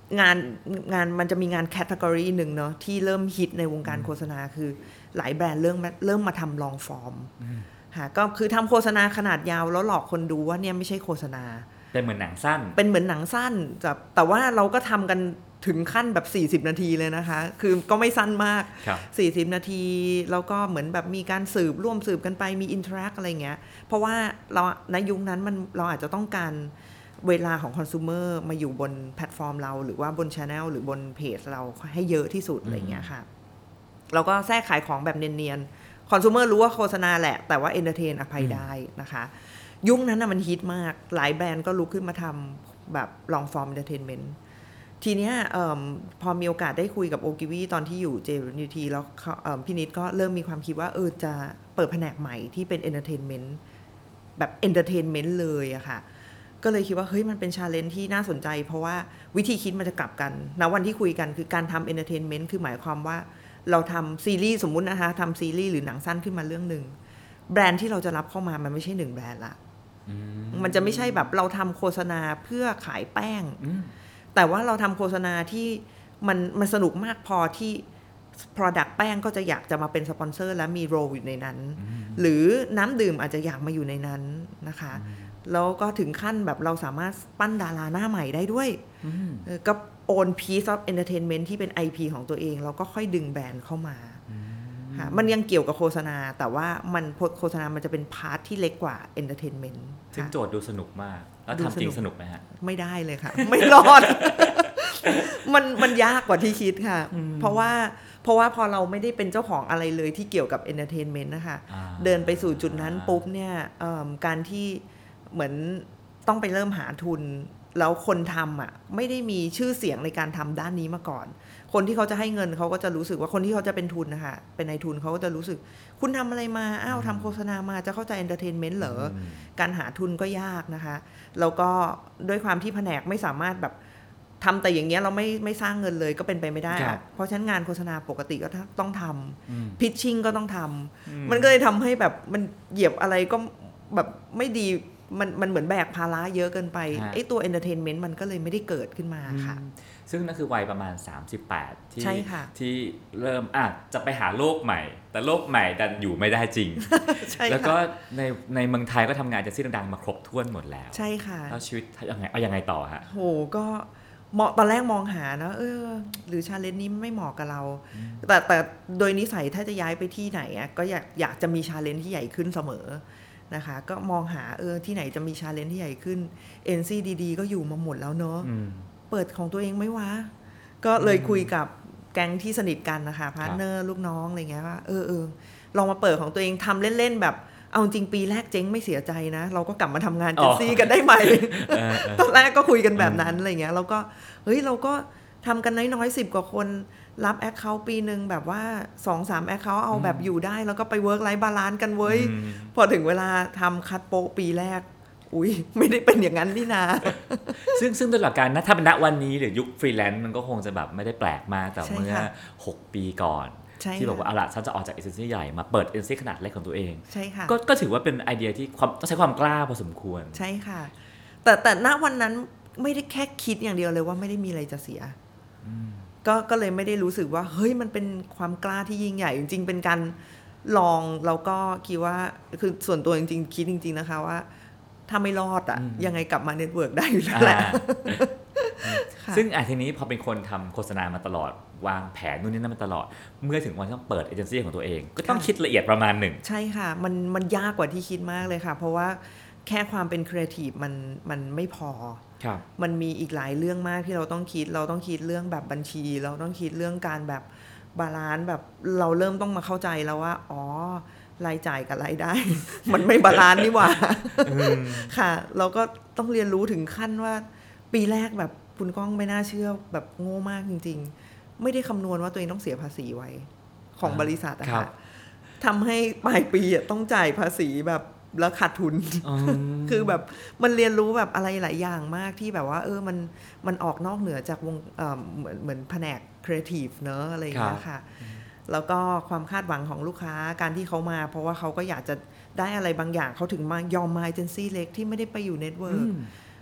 งานมันจะมีงานแคตตากรีหนึ่งเนาะที่เริ่มฮิตในวงการโฆษณาคือหลายแบรนด์เริ่มมาทำลองฟอร์มก็คือทำโฆษณาขนาดยาวแล้วหลอกคนดูว่าเนี่ยไม่ใช่โฆษณาเป็นเหมือนหนังสั้นแต่ว่าเราก็ทำกันถึงขั้นแบบ40นาทีเลยนะคะคือก็ไม่สั้นมาก40นาทีแล้วก็เหมือนแบบมีการร่วมสืบกันไปมีอินเทอร์แอคอะไรเงี้ยเพราะว่าเราในยุคนั้นเราอาจจะต้องการเวลาของคอน sumer มาอยู่บนแพลตฟอร์มเราหรือว่าบน channel หรือบนเพจเราให้เยอะที่สุดอะไรเงี้ยค่ะเราก็แทรกขายของแบบเนียนๆคอน sumer รู้ว่าโฆษณาแหละแต่ว่า entertain อภัยได้นะคะยุคนั้นมันฮิตมากหลายแบรนด์ก็ลุกขึ้นมาทำแบบ long form entertainment ทีเนี้ยพอมีโอกาสได้คุยกับโอกิวีตอนที่อยู่ JWT แล้วพี่นิดก็เริ่มมีความคิดว่าจะเปิดแผนกใหม่ที่เป็น entertainment แบบ entertainment เลยอะค่ะก็เลยคิดว่าเฮ้ยมันเป็น challenge ที่น่าสนใจเพราะว่าวิธีคิดมันจะกลับกันนะวันที่คุยกันคือการทำ entertainment คือหมายความว่าเราทำซีรีส์สมมุตินะคะทำซีรีส์หรือหนังสั้นขึ้นมาเรื่องหนึ่งแบรนด์ที่เราจะรับเข้ามามันไม่ใช่1แบรนด์ละมันจะไม่ใช่แบบเราทำโฆษณาเพื่อขายแป้งแต่ว่าเราทำโฆษณาที่มันสนุกมากพอที่ product แป้งก็จะอยากจะมาเป็นสปอนเซอร์และมีโรลอยู่ในนั้นหรือน้ำดื่มอาจจะอยากมาอยู่ในนั้นนะคะแล้วก็ถึงขั้นแบบเราสามารถปั้นดาราหน้าใหม่ได้ด้วยก็โอน piece of entertainment ที่เป็น IP ของตัวเองแล้วก็ค่อยดึงแบรนด์เข้ามามันยังเกี่ยวกับโฆษณาแต่ว่าโฆษณามันจะเป็นพาร์ทที่เล็กกว่า entertainment ซึ่งโจทย์ดูสนุกมากแล้วทำจริงสนุกไหมฮะไม่ได้เลยค่ะ ไม่รอด มันยากกว่าที่คิดค่ะเพราะว่าพอเราไม่ได้เป็นเจ้าของอะไรเลยที่เกี่ยวกับ entertainment นะคะเดินไปสู่จุดนั้นปุ๊บเนี่ยการที่เหมือนต้องไปเริ่มหาทุนแล้วคนทำอ่ะไม่ได้มีชื่อเสียงในการทำด้านนี้มาก่อนคนที่เขาจะให้เงินเขาก็จะรู้สึกว่าคนที่เขาจะเป็นทุนนะคะเป็นนายทุนเขาก็จะรู้สึกคุณทำอะไรมาทำโฆษณามาจะเข้าใจ entertainment เหรอการหาทุนก็ยากนะคะแล้วก็ด้วยความที่แผนกไม่สามารถแบบทำแต่อย่างเงี้ยเราไม่สร้างเงินเลยก็เป็นไปไม่ได้เพราะฉะนั้นงานโฆษณาปกติก็ต้องทำพิชชิ่งก็ต้องทำมันก็เลยทำให้แบบมันเหยียบอะไรก็แบบไม่ดีมันเหมือนแบกภาระเยอะเกินไปไอ้ตัว entertainment มันก็เลยไม่ได้เกิดขึ้นมาค่ะซึ่งนั่นคือวัยประมาณ38ที่ใช่ค่ะที่เริ่มจะไปหาโลกใหม่แต่โลกใหม่ดันอยู่ไม่ได้จริงใช่ค่ะแล้วก็ในเมืองไทยก็ทำงานเอเจนซี่ดังๆมาครบถ้วนหมดแล้วใช่ค่ะแล้วชีวิตยังไงต่อฮะโหก็ตอนแรกมองหานะหรือชาเลนจ์นี้ไม่เหมาะกับเราแต่โดยนิสัยถ้าจะย้ายไปที่ไหนก็อยากจะมีชาเลนจ์ที่ใหญ่ขึ้นเสมอนะคะก็มองหาที่ไหนจะมีชาเลนจ์ที่ใหญ่ขึ้น NCDD ก็อยู่มาหมดแล้วเนาะเปิดของตัวเองไหมวะก็เลยคุยกับแก๊งที่สนิทกันนะคะพาร์ทเนอร์ลูกน้องอะไรเงี้ยว่าลองมาเปิดของตัวเองทำเล่นๆแบบเอาจริงปีแรกเจ๊งไม่เสียใจนะเราก็กลับมาทำงานเจนซี่กันได้ใหม่ ตอนแรกก็คุยกันแบบนั้นอะไรเงี้ยแล้วก็เราก็ทำกันน้อยๆ10 กว่าคนรับแอคเคาท์ปีนึงแบบว่า 2-3 แอคเคาท์เอาแบบอยู่ได้แล้วก็ไปเวิร์กไลฟ์บาลานซ์กันเว้ยพอถึงเวลาทำคัดโปะปีแรกไม่ได้เป็นอย่างนั้นนี่นาซึ่งโดยหลักการนะถ้าเป็นณวันนี้หรือยุคฟรีแลนซ์มันก็คงจะแบบไม่ได้แปลกมากแต่เมื่อ6 ปีก่อนที่บอกว่าเอาล่ะฉันจะออกจากเอเจนซี่ใหญ่มาเปิดเอเจนซี่ขนาดเล็กของตัวเองใช่ค่ะก็ถือว่าเป็นไอเดียที่ต้องใช้ความกล้าพอสมควรใช่ค่ะแต่ณวันนั้นไม่ได้แค่คิดอย่างเดียวเลยว่าไม่ได้มีอะไรจะเสียก็เลยไม่ได้รู้สึกว่าเฮ้ยมันเป็นความกล้าที่ยิ่งใหญ่จริงๆเป็นการลองแล้วก็คิดว่าคือส่วนตัวจริงๆคิดจริงๆนะคะว่าถ้าไม่รอดยังไงกลับมาเน็ตเวิร์กได้อยู่แล้วแหละซึ่งทีนี้พอเป็นคนทำโฆษณามาตลอดวางแผนนู่นนี่นั่นมาตลอดเมื่อถึงวันที่ต้องเปิดเอเจนซี่ของตัวเองก็ต้องคิดละเอียดประมาณหนึ่งใช่ค่ะมันยากกว่าที่คิดมากเลยค่ะเพราะว่าแค่ความเป็นครีเอทีฟมันไม่พอมันมีอีกหลายเรื่องมากที่เราต้องคิดเรื่องแบบบัญชีเราต้องคิดเรื่องการแบบบาลานซ์แบบเราเริ่มต้องมาเข้าใจแล้วว่ารายจ่ายกับรายได้ มันไม่บาลานซ์นี่หว่า ค่ะเราก็ต้องเรียนรู้ถึงขั้นว่าปีแรกแบบคุณก้องไม่น่าเชื่อแบบโง่มากจริงๆไม่ได้คำนวณว่าตัวเองต้องเสียภาษีไว้ของบริษัทอะค่ะทำให้ปลายปีต้องจ่ายภาษีแบบแล้วขาดทุน คือแบบมันเรียนรู้แบบอะไรหลายอย่างมากที่แบบว่ามันออกนอกเหนือจากวงเหมือนแผนกครีเอทีฟเนอะอะไรอย่างเงี้ยค่ะแล้วก็ความคาดหวังของลูกค้าการที่เขามาเพราะว่าเขาก็อยากจะได้อะไรบางอย่างเขาถึงมายอมมาเอเจนซี่เล็กที่ไม่ได้ไปอยู่เน็ตเวิร์ก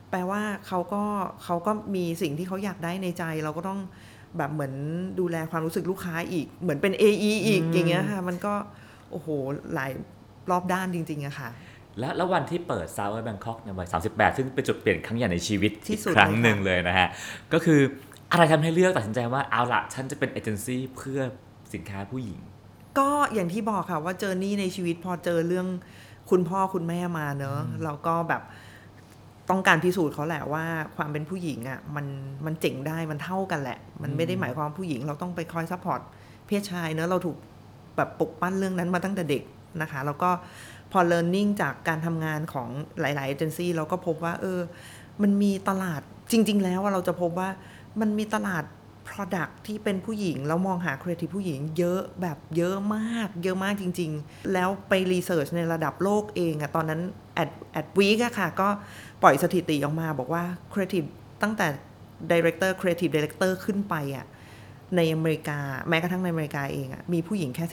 แปลว่าเขาก็มีสิ่งที่เขาอยากได้ในใจเราก็ต้องแบบเหมือนดูแลความรู้สึกลูกค้าอีกเหมือนเป็น AE อีกอย่างเงี้ยค่ะมันก็โอ้โหหลายรอบด้านจริงๆอะค่ะแล้ววันที่เปิด Sour Bangkok ในวัย38ซึ่งเป็นจุดเปลี่ยนครั้งใหญ่ในชีวิตที่อีกสุดครั้งหนึ่งเลยนะฮะก็คืออะไรทำให้เลือกตัดสินใจว่าเอาล่ะฉันจะเป็นเอเจนซี่เพื่อสินค้าผู้หญิงก็อย่างที่บอกค่ะว่าเจอนี่ในชีวิตพอเจอเรื่องคุณพ่อคุณแม่มาเนอะเราก็แบบต้องการพิสูจน์เขาแหละว่าความเป็นผู้หญิงอ่ะมันเจ๋งได้มันเท่ากันแหละมันไม่ได้หมายความผู้หญิงเราต้องไปคอยซัพพอร์ตเพศชายเนอะเราถูกแบบปลุกปั้นเรื่องนั้นมาตั้งแต่เด็กนะคะแล้วก็พอ learning จากการทำงานของหลายๆเอเจนซี่เราก็พบว่ามันมีตลาดจริงๆแล้วเราจะพบว่ามันมีตลาด product ที่เป็นผู้หญิงแล้วมองหา creative ผู้หญิงเยอะแบบเยอะมากจริงๆแล้วไป research ในระดับโลกเองอะตอนนั้น at week อะค่ะก็ปล่อยสถิติออกมาบอกว่า creative ตั้งแต่ director creative director ขึ้นไปอะในอเมริกาแม้กระทั่งในอเมริกาเองอะมีผู้หญิงแค่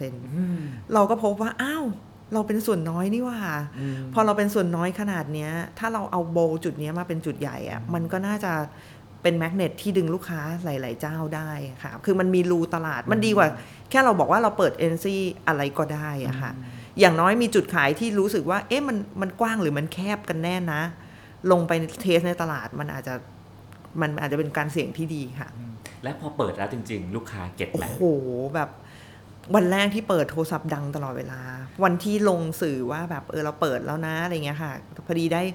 11% เราก็พบว่าอ้าวเราเป็นส่วนน้อยนี่ว่าพอเราเป็นส่วนน้อยขนาดเนี้ยถ้าเราเอาโบจุดนี้มาเป็นจุดใหญ่อะมันก็น่าจะเป็นแมกเนตที่ดึงลูกค้าหลายๆเจ้าได้ค่ะคือมันมีรูตลาดมันดีกว่าแค่เราบอกว่าเราเปิดเอเจนซี่อะไรก็ได้อะค่ะอย่างน้อยมีจุดขายที่รู้สึกว่ามันกว้างหรือมันแคบกันแน่นะลงไปเทสในตลาดมันอาจจะเป็นการเสี่ยงที่ดีค่ะและพอเปิดแล้วจริงๆลูกค้าเก็ตไหมโอ้โหแบบวันแรกที่เปิดโทรศัพท์ดังตลอดเวลาวันที่ลงสื่อว่าแบบเราเปิดแล้วนะอะไรเงี้ยค่ะพอดีได้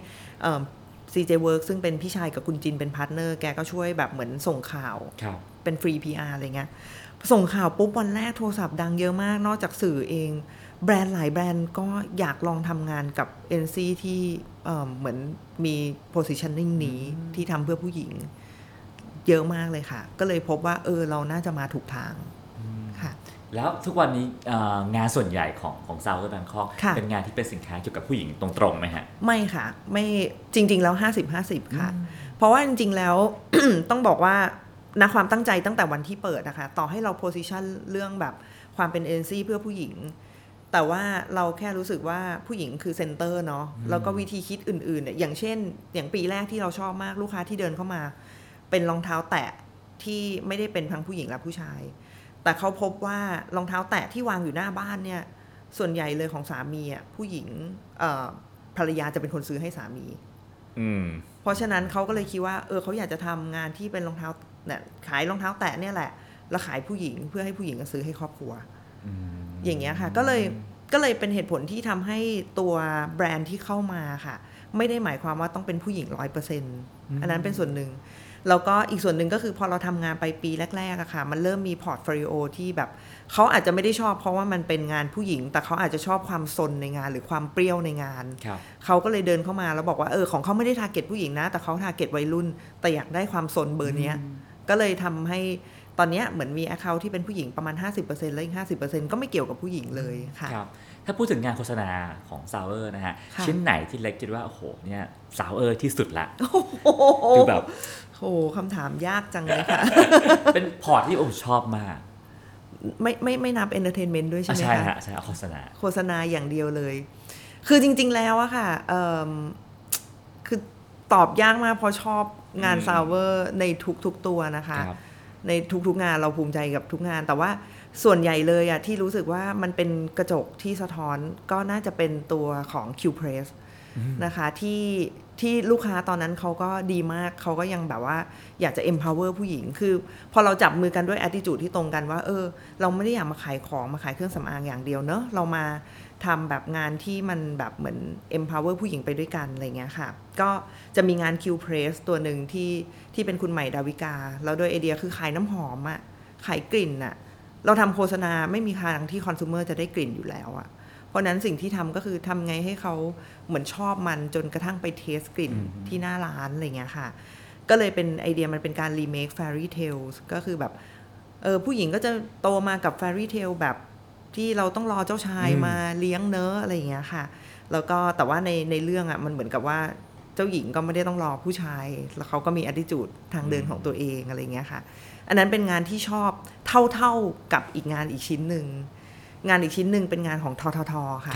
CJ Work ซึ่งเป็นพี่ชายกับคุณจินเป็นพาร์ทเนอร์แกก็ช่วยแบบเหมือนส่งข่าวเป็นฟรี PR อะไรเงี้ยส่งข่าวปุ๊บวันแรกโทรศัพท์ดังเยอะมากนอกจากสื่อเองแบรนด์หลายแบรนด์ก็อยากลองทำงานกับ NC ที่เหมือนมี positioning นี้ที่ทำเพื่อผู้หญิงเยอะมากเลยค่ะก็เลยพบว่าเราน่าจะมาถูกทางค่ะแล้วทุกวันนี้งานส่วนใหญ่ของ Sour Bangkok เป็นงานที่เป็นสินค้าเกี่ยวกับผู้หญิงตรงๆไหมฮะไม่ค่ะไม่จริงๆแล้ว 50-50 ค่ะเพราะว่าจริงๆแล้ว ต้องบอกว่าณความตั้งใจตั้งแต่วันที่เปิดนะคะต่อให้เราโพสิชันเรื่องแบบความเป็นเอเจนซี่เพื่อผู้หญิงแต่ว่าเราแค่รู้สึกว่าผู้หญิงคือเซ็นเตอร์เนาะแล้วก็วิธีคิดอื่นๆเนี่ยอย่างเช่นอย่างปีแรกที่เราชอบมากลูกค้าที่เดินเข้ามาเป็นรองเท้าแตะที่ไม่ได้เป็นทั้งผู้หญิงและผู้ชายแต่เขาพบว่ารองเท้าแตะที่วางอยู่หน้าบ้านเนี่ยส่วนใหญ่เลยของสามีอ่ะผู้หญิงภรรยาจะเป็นคนซื้อให้สามีเพราะฉะนั้นเขาก็เลยคิดว่าเขาอยากจะทำงานที่เป็นรองเท้าเนี่ยขายรองเท้าแตะเนี่ยแหละแล้วขายผู้หญิงเพื่อให้ผู้หญิงซื้อให้ครอบครัวอย่างเงี้ยค่ะก็เลยเป็นเหตุผลที่ทำให้ตัวแบรนด์ที่เข้ามาค่ะไม่ได้หมายความว่าต้องเป็นผู้หญิง 100% อันนั้นเป็นส่วนหนึ่งแล้วก็อีกส่วนหนึ่งก็คือพอเราทำงานไปปีแรกๆอะค่ะมันเริ่มมีพอร์ตโฟลิโอที่แบบเขาอาจจะไม่ได้ชอบเพราะว่ามันเป็นงานผู้หญิงแต่เขาอาจจะชอบความซนในงานหรือความเปรี้ยวในงานเขาก็เลยเดินเข้ามาแล้วบอกว่าของเขาไม่ได้ทาร์เก็ตผู้หญิงนะแต่เขาทาร์เก็ตวัยรุ่นแต่อยากได้ความซนเบอร์เนี้ยก็เลยทำให้ตอนนี้เหมือนมี account ที่เป็นผู้หญิงประมาณ 50% แล้วอีก 50% ก็ไม่เกี่ยวกับผู้หญิงเลยค่ะถ้าพูดถึงงานโฆษณาของ Sour นะฮะชิ้นไหนที่เล็กคิดว่าโอ้โหเนี่ย Sour ที่สุดละคือแบบโอ้คำถามยากจังเลยค่ะเป็นพอร์ตที่ชอบมากไม่นับ entertainment ด้วยใช่ไหมคะใช่ฮะใช่โฆษณาอย่างเดียวเลยคือจริงๆแล้วอะค่ะคือตอบยากมากเพราะชอบงาน Sour ในทุกๆตัวนะคะในทุกๆงานเราภูมิใจกับทุกงานแต่ว่าส่วนใหญ่เลยอะที่รู้สึกว่ามันเป็นกระจกที่สะท้อนก็น่าจะเป็นตัวของ Q-Press นะคะที่ลูกค้าตอนนั้นเขาก็ดีมากเขาก็ยังแบบว่าอยากจะ empower ผู้หญิงคือพอเราจับมือกันด้วย attitude ที่ตรงกันว่าเราไม่ได้อยากมาขายของมาขายเครื่องสำอางอย่างเดียวเนอะเรามาทำแบบงานที่มันแบบเหมือน empower ผู้หญิงไปด้วยกันอะไรเงี้ยค่ะก็จะมีงาน Q-Press ตัวหนึ่งที่เป็นคุณใหม่ดาวิกาแล้วโดยไอเดียคือขายน้ำหอมอะขายกลิ่นอะเราทำโฆษณาไม่มีทางที่คอน sumer จะได้กลิ่นอยู่แล้วอะเพราะนั้นสิ่งที่ทำก็คือทำไงให้เขาเหมือนชอบมันจนกระทั่งไปเทสกลิ่นที่หน้าร้านอะไรเงี้ยค่ะก็เลยเป็นไอเดียมันเป็นการรีเมค Fairy Tales ก็คือแบบผู้หญิงก็จะโตมากับ Fairy Tale แบบที่เราต้องรอเจ้าชายมาเลี้ยงเนอะอะไรเงี้ยค่ะแล้วก็แต่ว่าในเรื่องอะมันเหมือนกับว่าเจ้าหญิงก็ไม่ได้ต้องรอผู้ชายแล้วเขาก็มี attitude ทางเดินของตัวเองอะไรเงี้ยค่ะอันนั้นเป็นงานที่ชอบเท่ากับอีกงานอีกชิ้นหนึ่งงานอีกชิ้นหนึ่งเป็นงานของทททค่ะท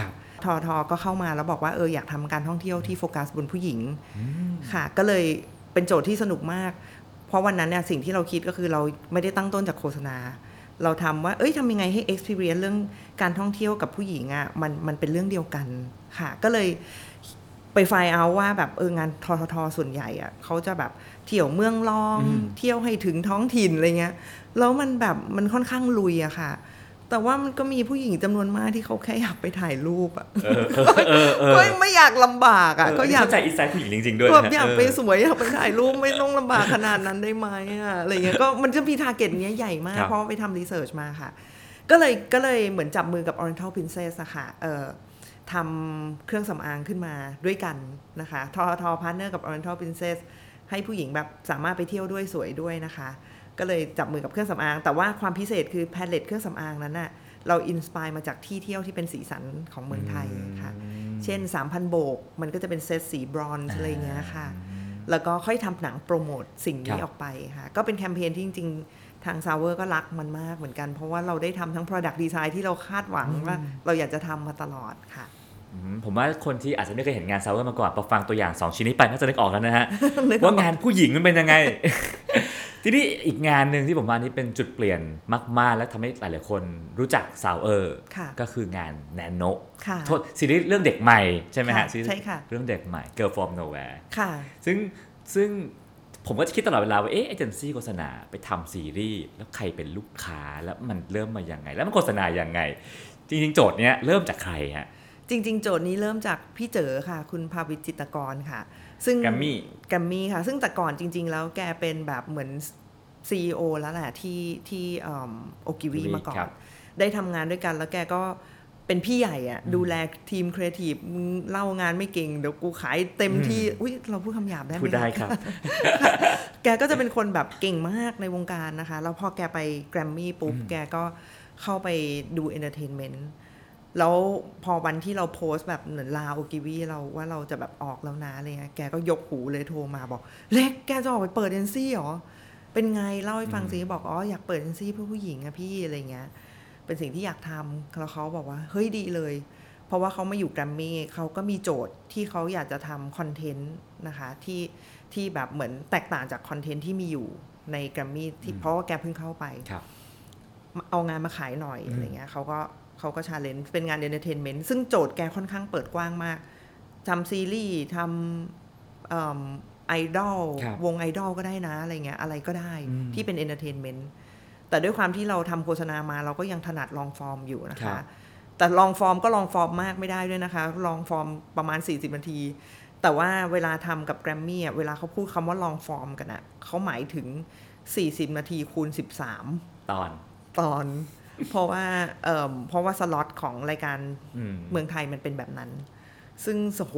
ทก็เข้ามาแล้วบอกว่าอยากทำการท่องเที่ยวที่โฟกัสบนผู้หญิงค่ะก็เลยเป็นโจทย์ที่สนุกมากเพราะวันนั้นเนี่ยสิ่งที่เราคิดก็คือเราไม่ได้ตั้งต้นจากโฆษณาเราทำว่าทำยังไงให้ experience เรื่องการท่องเที่ยวกับผู้หญิงอ่ะมันเป็นเรื่องเดียวกันค่ะก็เลยไปไฟล์เอาว่าแบบงานทส่วนใหญ่อ่ะเขาจะแบบเที่ยวเมืองรองเที่ยวให้ถึงท้องถิ่นอะไรเงี้ยแล้วมันแบบมันค่อนข้างลุยอะค่ะแต่ว่ามันก็มีผู้หญิงจำนวนมากที่เขาแค่อยากไปถ่ายรูปอ่ะก็ไม่อยากลำบากอ่ะก็อยากใจอินไซต์ผู้หญิงจริงๆด้วยแบบอยากไปสวยอยากไปถ่ายรูปไม่ต้องลำบากขนาดนั้นได้ไหมอะอะไรเงี้ยก็มันจะมีทาร์เก็ตเนี้ยใหญ่มากเพราะไปทำรีเสิร์ชมาค่ะก็เลยเหมือนจับมือกับ Oriental Princess อะค่ะทำเครื่องสำอางขึ้นมาด้วยกันนะคะทพาร์ทเนอร์กับ Oriental Princess ให้ผู้หญิงแบบสามารถไปเที่ยวด้วยสวยด้วยนะคะก็เลยจับมือกับเครื่องสำอางแต่ว่าความพิเศษคือแพลเลตเครื่องสำอางนั้นน่ะเราอินสไปร์มาจากที่เที่ยวที่เป็นสีสันของเมืองไทยค่ะเช่น 3,000 โบกมันก็จะเป็นเซตสีบรอนซ์อะไรเงี้ยค่ะแล้วก็ค่อยทำหนังโปรโมทสิ่งนี้ออกไปค่ะก็เป็นแคมเปญที่จริงๆทาง Sour ก็รักมันมากเหมือนกันเพราะว่าเราได้ทำทั้ง Product Design ที่เราคาดหวังว่าเราอยากจะทำมาตลอดค่ะผมว่าคนที่อาจจะไม่เคยเห็นงาน Sour มาก่อนพอฟังตัวอย่าง2ชิ้นนี้ไปน่าจะนึกออกแล้วนะฮะ ว่างานผู้หญิงมันเป็นยังไง ทีนี้อีกงานหนึ่งที่ผมว่านี่เป็นจุดเปลี่ยนมากๆและทำให้หลายๆคนรู้จัก Sour ก็คืองาน Nano โทษซีรีส์เรื่องเด็กใหม่ใช่ไหมฮะใช่ค่ะเรื่องเด็กใหม่ Girl from Nowhere ค่ะซึ่งผมก็จะคิดตลอดเวลาว่าเอเจนซี่โฆษณาไปทำซีรีส์แล้วใครเป็นลูกค้าแล้วมันเริ่มมายังไงแล้วมันโฆษณายังไงจริงๆโจทย์เนี้ยเริ่มจากใครฮะจริงๆโจทย์นี้เริ่มจากพี่เจอค่ะคุณภาวิตจิตรกรค่ะซึ่งแกรมมี่ค่ะซึ่งแต่ก่อนจริงๆแล้วแกเป็นแบบเหมือน CEO แล้วแหละที่โอกิวีมาก่อนได้ทำงานด้วยกันแล้วแกก็เป็นพี่ใหญ่อะดูแลทีมครีเอทีฟเล่างานไม่เก่งเดี๋ยวกูขายเต็มที่อุ๊ยเราพูดคำหยาบได้ไหมพูดได้ครับแกก็จะเป็นคนแบบเก่งมากในวงการนะคะแล้วพอแกไปแกรมมี่ปุ๊บแกก็เข้าไปดูเอนเตอร์เทนเมนต์แล้วพอวันที่เราโพสต์แบบเหมือนลาโอกิวีเราว่าเราจะแบบออกแล้วนะอะไรเงี้ยแกก็ยกหูเลยโทรมาบอกเล็กแกจะออกไปเปิดเอเจนซี่หรอเป็นไงเล่าให้ฟังสิบอกอยากเปิดเอเจนซี่เพื่อผู้หญิงอะพี่อะไรเงี้ยเป็นสิ่งที่อยากทำแล้วเขาบอกว่าเฮ้ยดีเลยเพราะว่าเขามาอยู่แกรมมี่เขาก็มีโจทย์ที่เขาอยากจะทำคอนเทนต์นะคะที่แบบเหมือนแตกต่างจากคอนเทนต์ที่มีอยู่ในแกรมมี่ที่เพราะว่าแกเพิ่งเข้าไปเอางานมาขายหน่อยอะไรเงี้ยเขาก็ชาเลนจ์เป็นงานเอนเตอร์เทนเมนต์ซึ่งโจทย์แกค่อนข้างเปิดกว้างมากทำซีรีส์ทำไอดอลวงไอดอลก็ได้นะอะไรเงี้ยอะไรก็ได้ที่เป็นเอนเตอร์เทนเมนต์แต่ด้วยความที่เราทำโฆษณามาเราก็ยังถนัดลองฟอร์มอยู่นะคะแต่ลองฟอร์มก็ลองฟอร์มมากไม่ได้ด้วยนะคะลองฟอร์มประมาณ40นาทีแต่ว่าเวลาทำกับแกรมมี่เวลาเขาพูดคำว่าลองฟอร์มกันอ่ะเขาหมายถึง40นาทีคูณ13ตอนเพราะว่าสล็อตของรายการเมืองไทยมันเป็นแบบนั้นซึ่งโห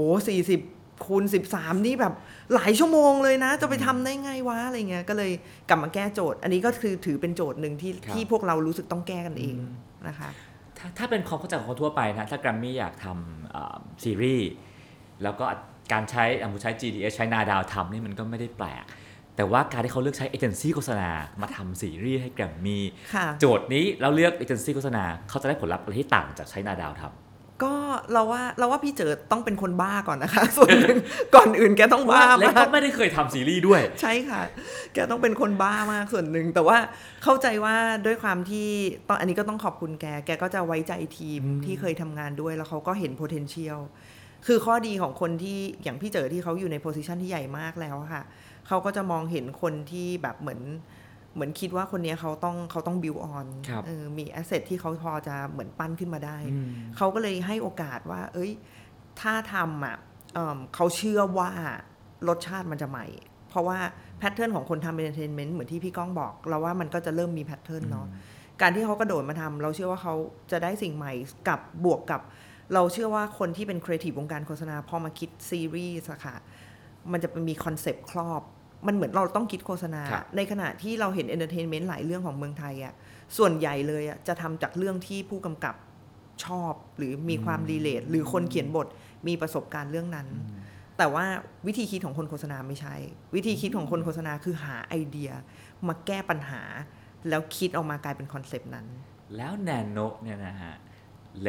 40คูณ13นี่แบบหลายชั่วโมงเลยนะจะไปทำได้ไงวะอะไรเงี้ยก็เลยกลับมาแก้โจทย์อันนี้ก็คือถือเป็นโจทย์หนึ่งที่พวกเรารู้สึกต้องแก้กันเองนะคะถ้าเป็นความเข้าใจของคนทั่วไปนะถ้าแกรมมี่อยากทำซีรีส์แล้วก็การใช้GDS ใช้นาดาวทำนี่มันก็ไม่ได้แปลกแต่ว่าการที่เขาเลือกใช้เอเจนซี่โฆษณามาทำซีรีส์ให้แกรมมี่โจทย์นี้เราเลือกเอเจนซี่โฆษณาเขาจะได้ผลลัพธ์อะไรที่ต่างจากใช้นาดาวทำก็เราว่าพี่เจอต้องเป็นคนบ้าก่อนนะคะส่วนนึงก่อนอื่นแกต้องบ้ามากแล้วก็ไม่ได้เคยทำซีรีส์ด้วยใช่ค่ะแกต้องเป็นคนบ้ามากส่วนหนึ่งแต่ว่าเข้าใจว่าด้วยความที่อันนี้ก็ต้องขอบคุณแกก็จะไว้ใจทีมที่เคยทำงานด้วยแล้วเขาก็เห็น potential คือข้อดีของคนที่อย่างพี่เจอที่เขาอยู่ในโพสิชันที่ใหญ่มากแล้วค่ะเขาก็จะมองเห็นคนที่แบบเหมือนคิดว่าคนนี้เขาต้อง build on มี asset ที่เขาพอจะเหมือนปั้นขึ้นมาได้เขาก็เลยให้โอกาสว่าถ้าทำเขาเชื่อว่ารสชาติมันจะใหม่เพราะว่าแพทเทิร์นของคนทำ entertainment เหมือนที่พี่ก้องบอกเราว่ามันก็จะเริ่มมีแพทเทิร์นเนาะการที่เขากระโดดมาทำเราเชื่อว่าเขาจะได้สิ่งใหม่กับบวกกับเราเชื่อว่าคนที่เป็นครีเอทีฟวงการโฆษณาพอมาคิดซีรีส์ค่ะมันจะมีคอนเซปต์ครอบมันเหมือนเราต้องคิดโฆษณาในขณะที่เราเห็นเอนเตอร์เทนเมนต์หลายเรื่องของเมืองไทยส่วนใหญ่เลยจะทำจากเรื่องที่ผู้กำกับชอบหรือมีความรีเลทหรือคนเขียนบทมีประสบการณ์เรื่องนั้นแต่ว่าวิธีคิดของคนโฆษณาไม่ใช่วิธีคิดของคนโฆษณาคือหาไอเดียมาแก้ปัญหาแล้วคิดออกมากลายเป็นคอนเซปต์นั้นแล้วแนโนเนี่ยนะฮะเล็ก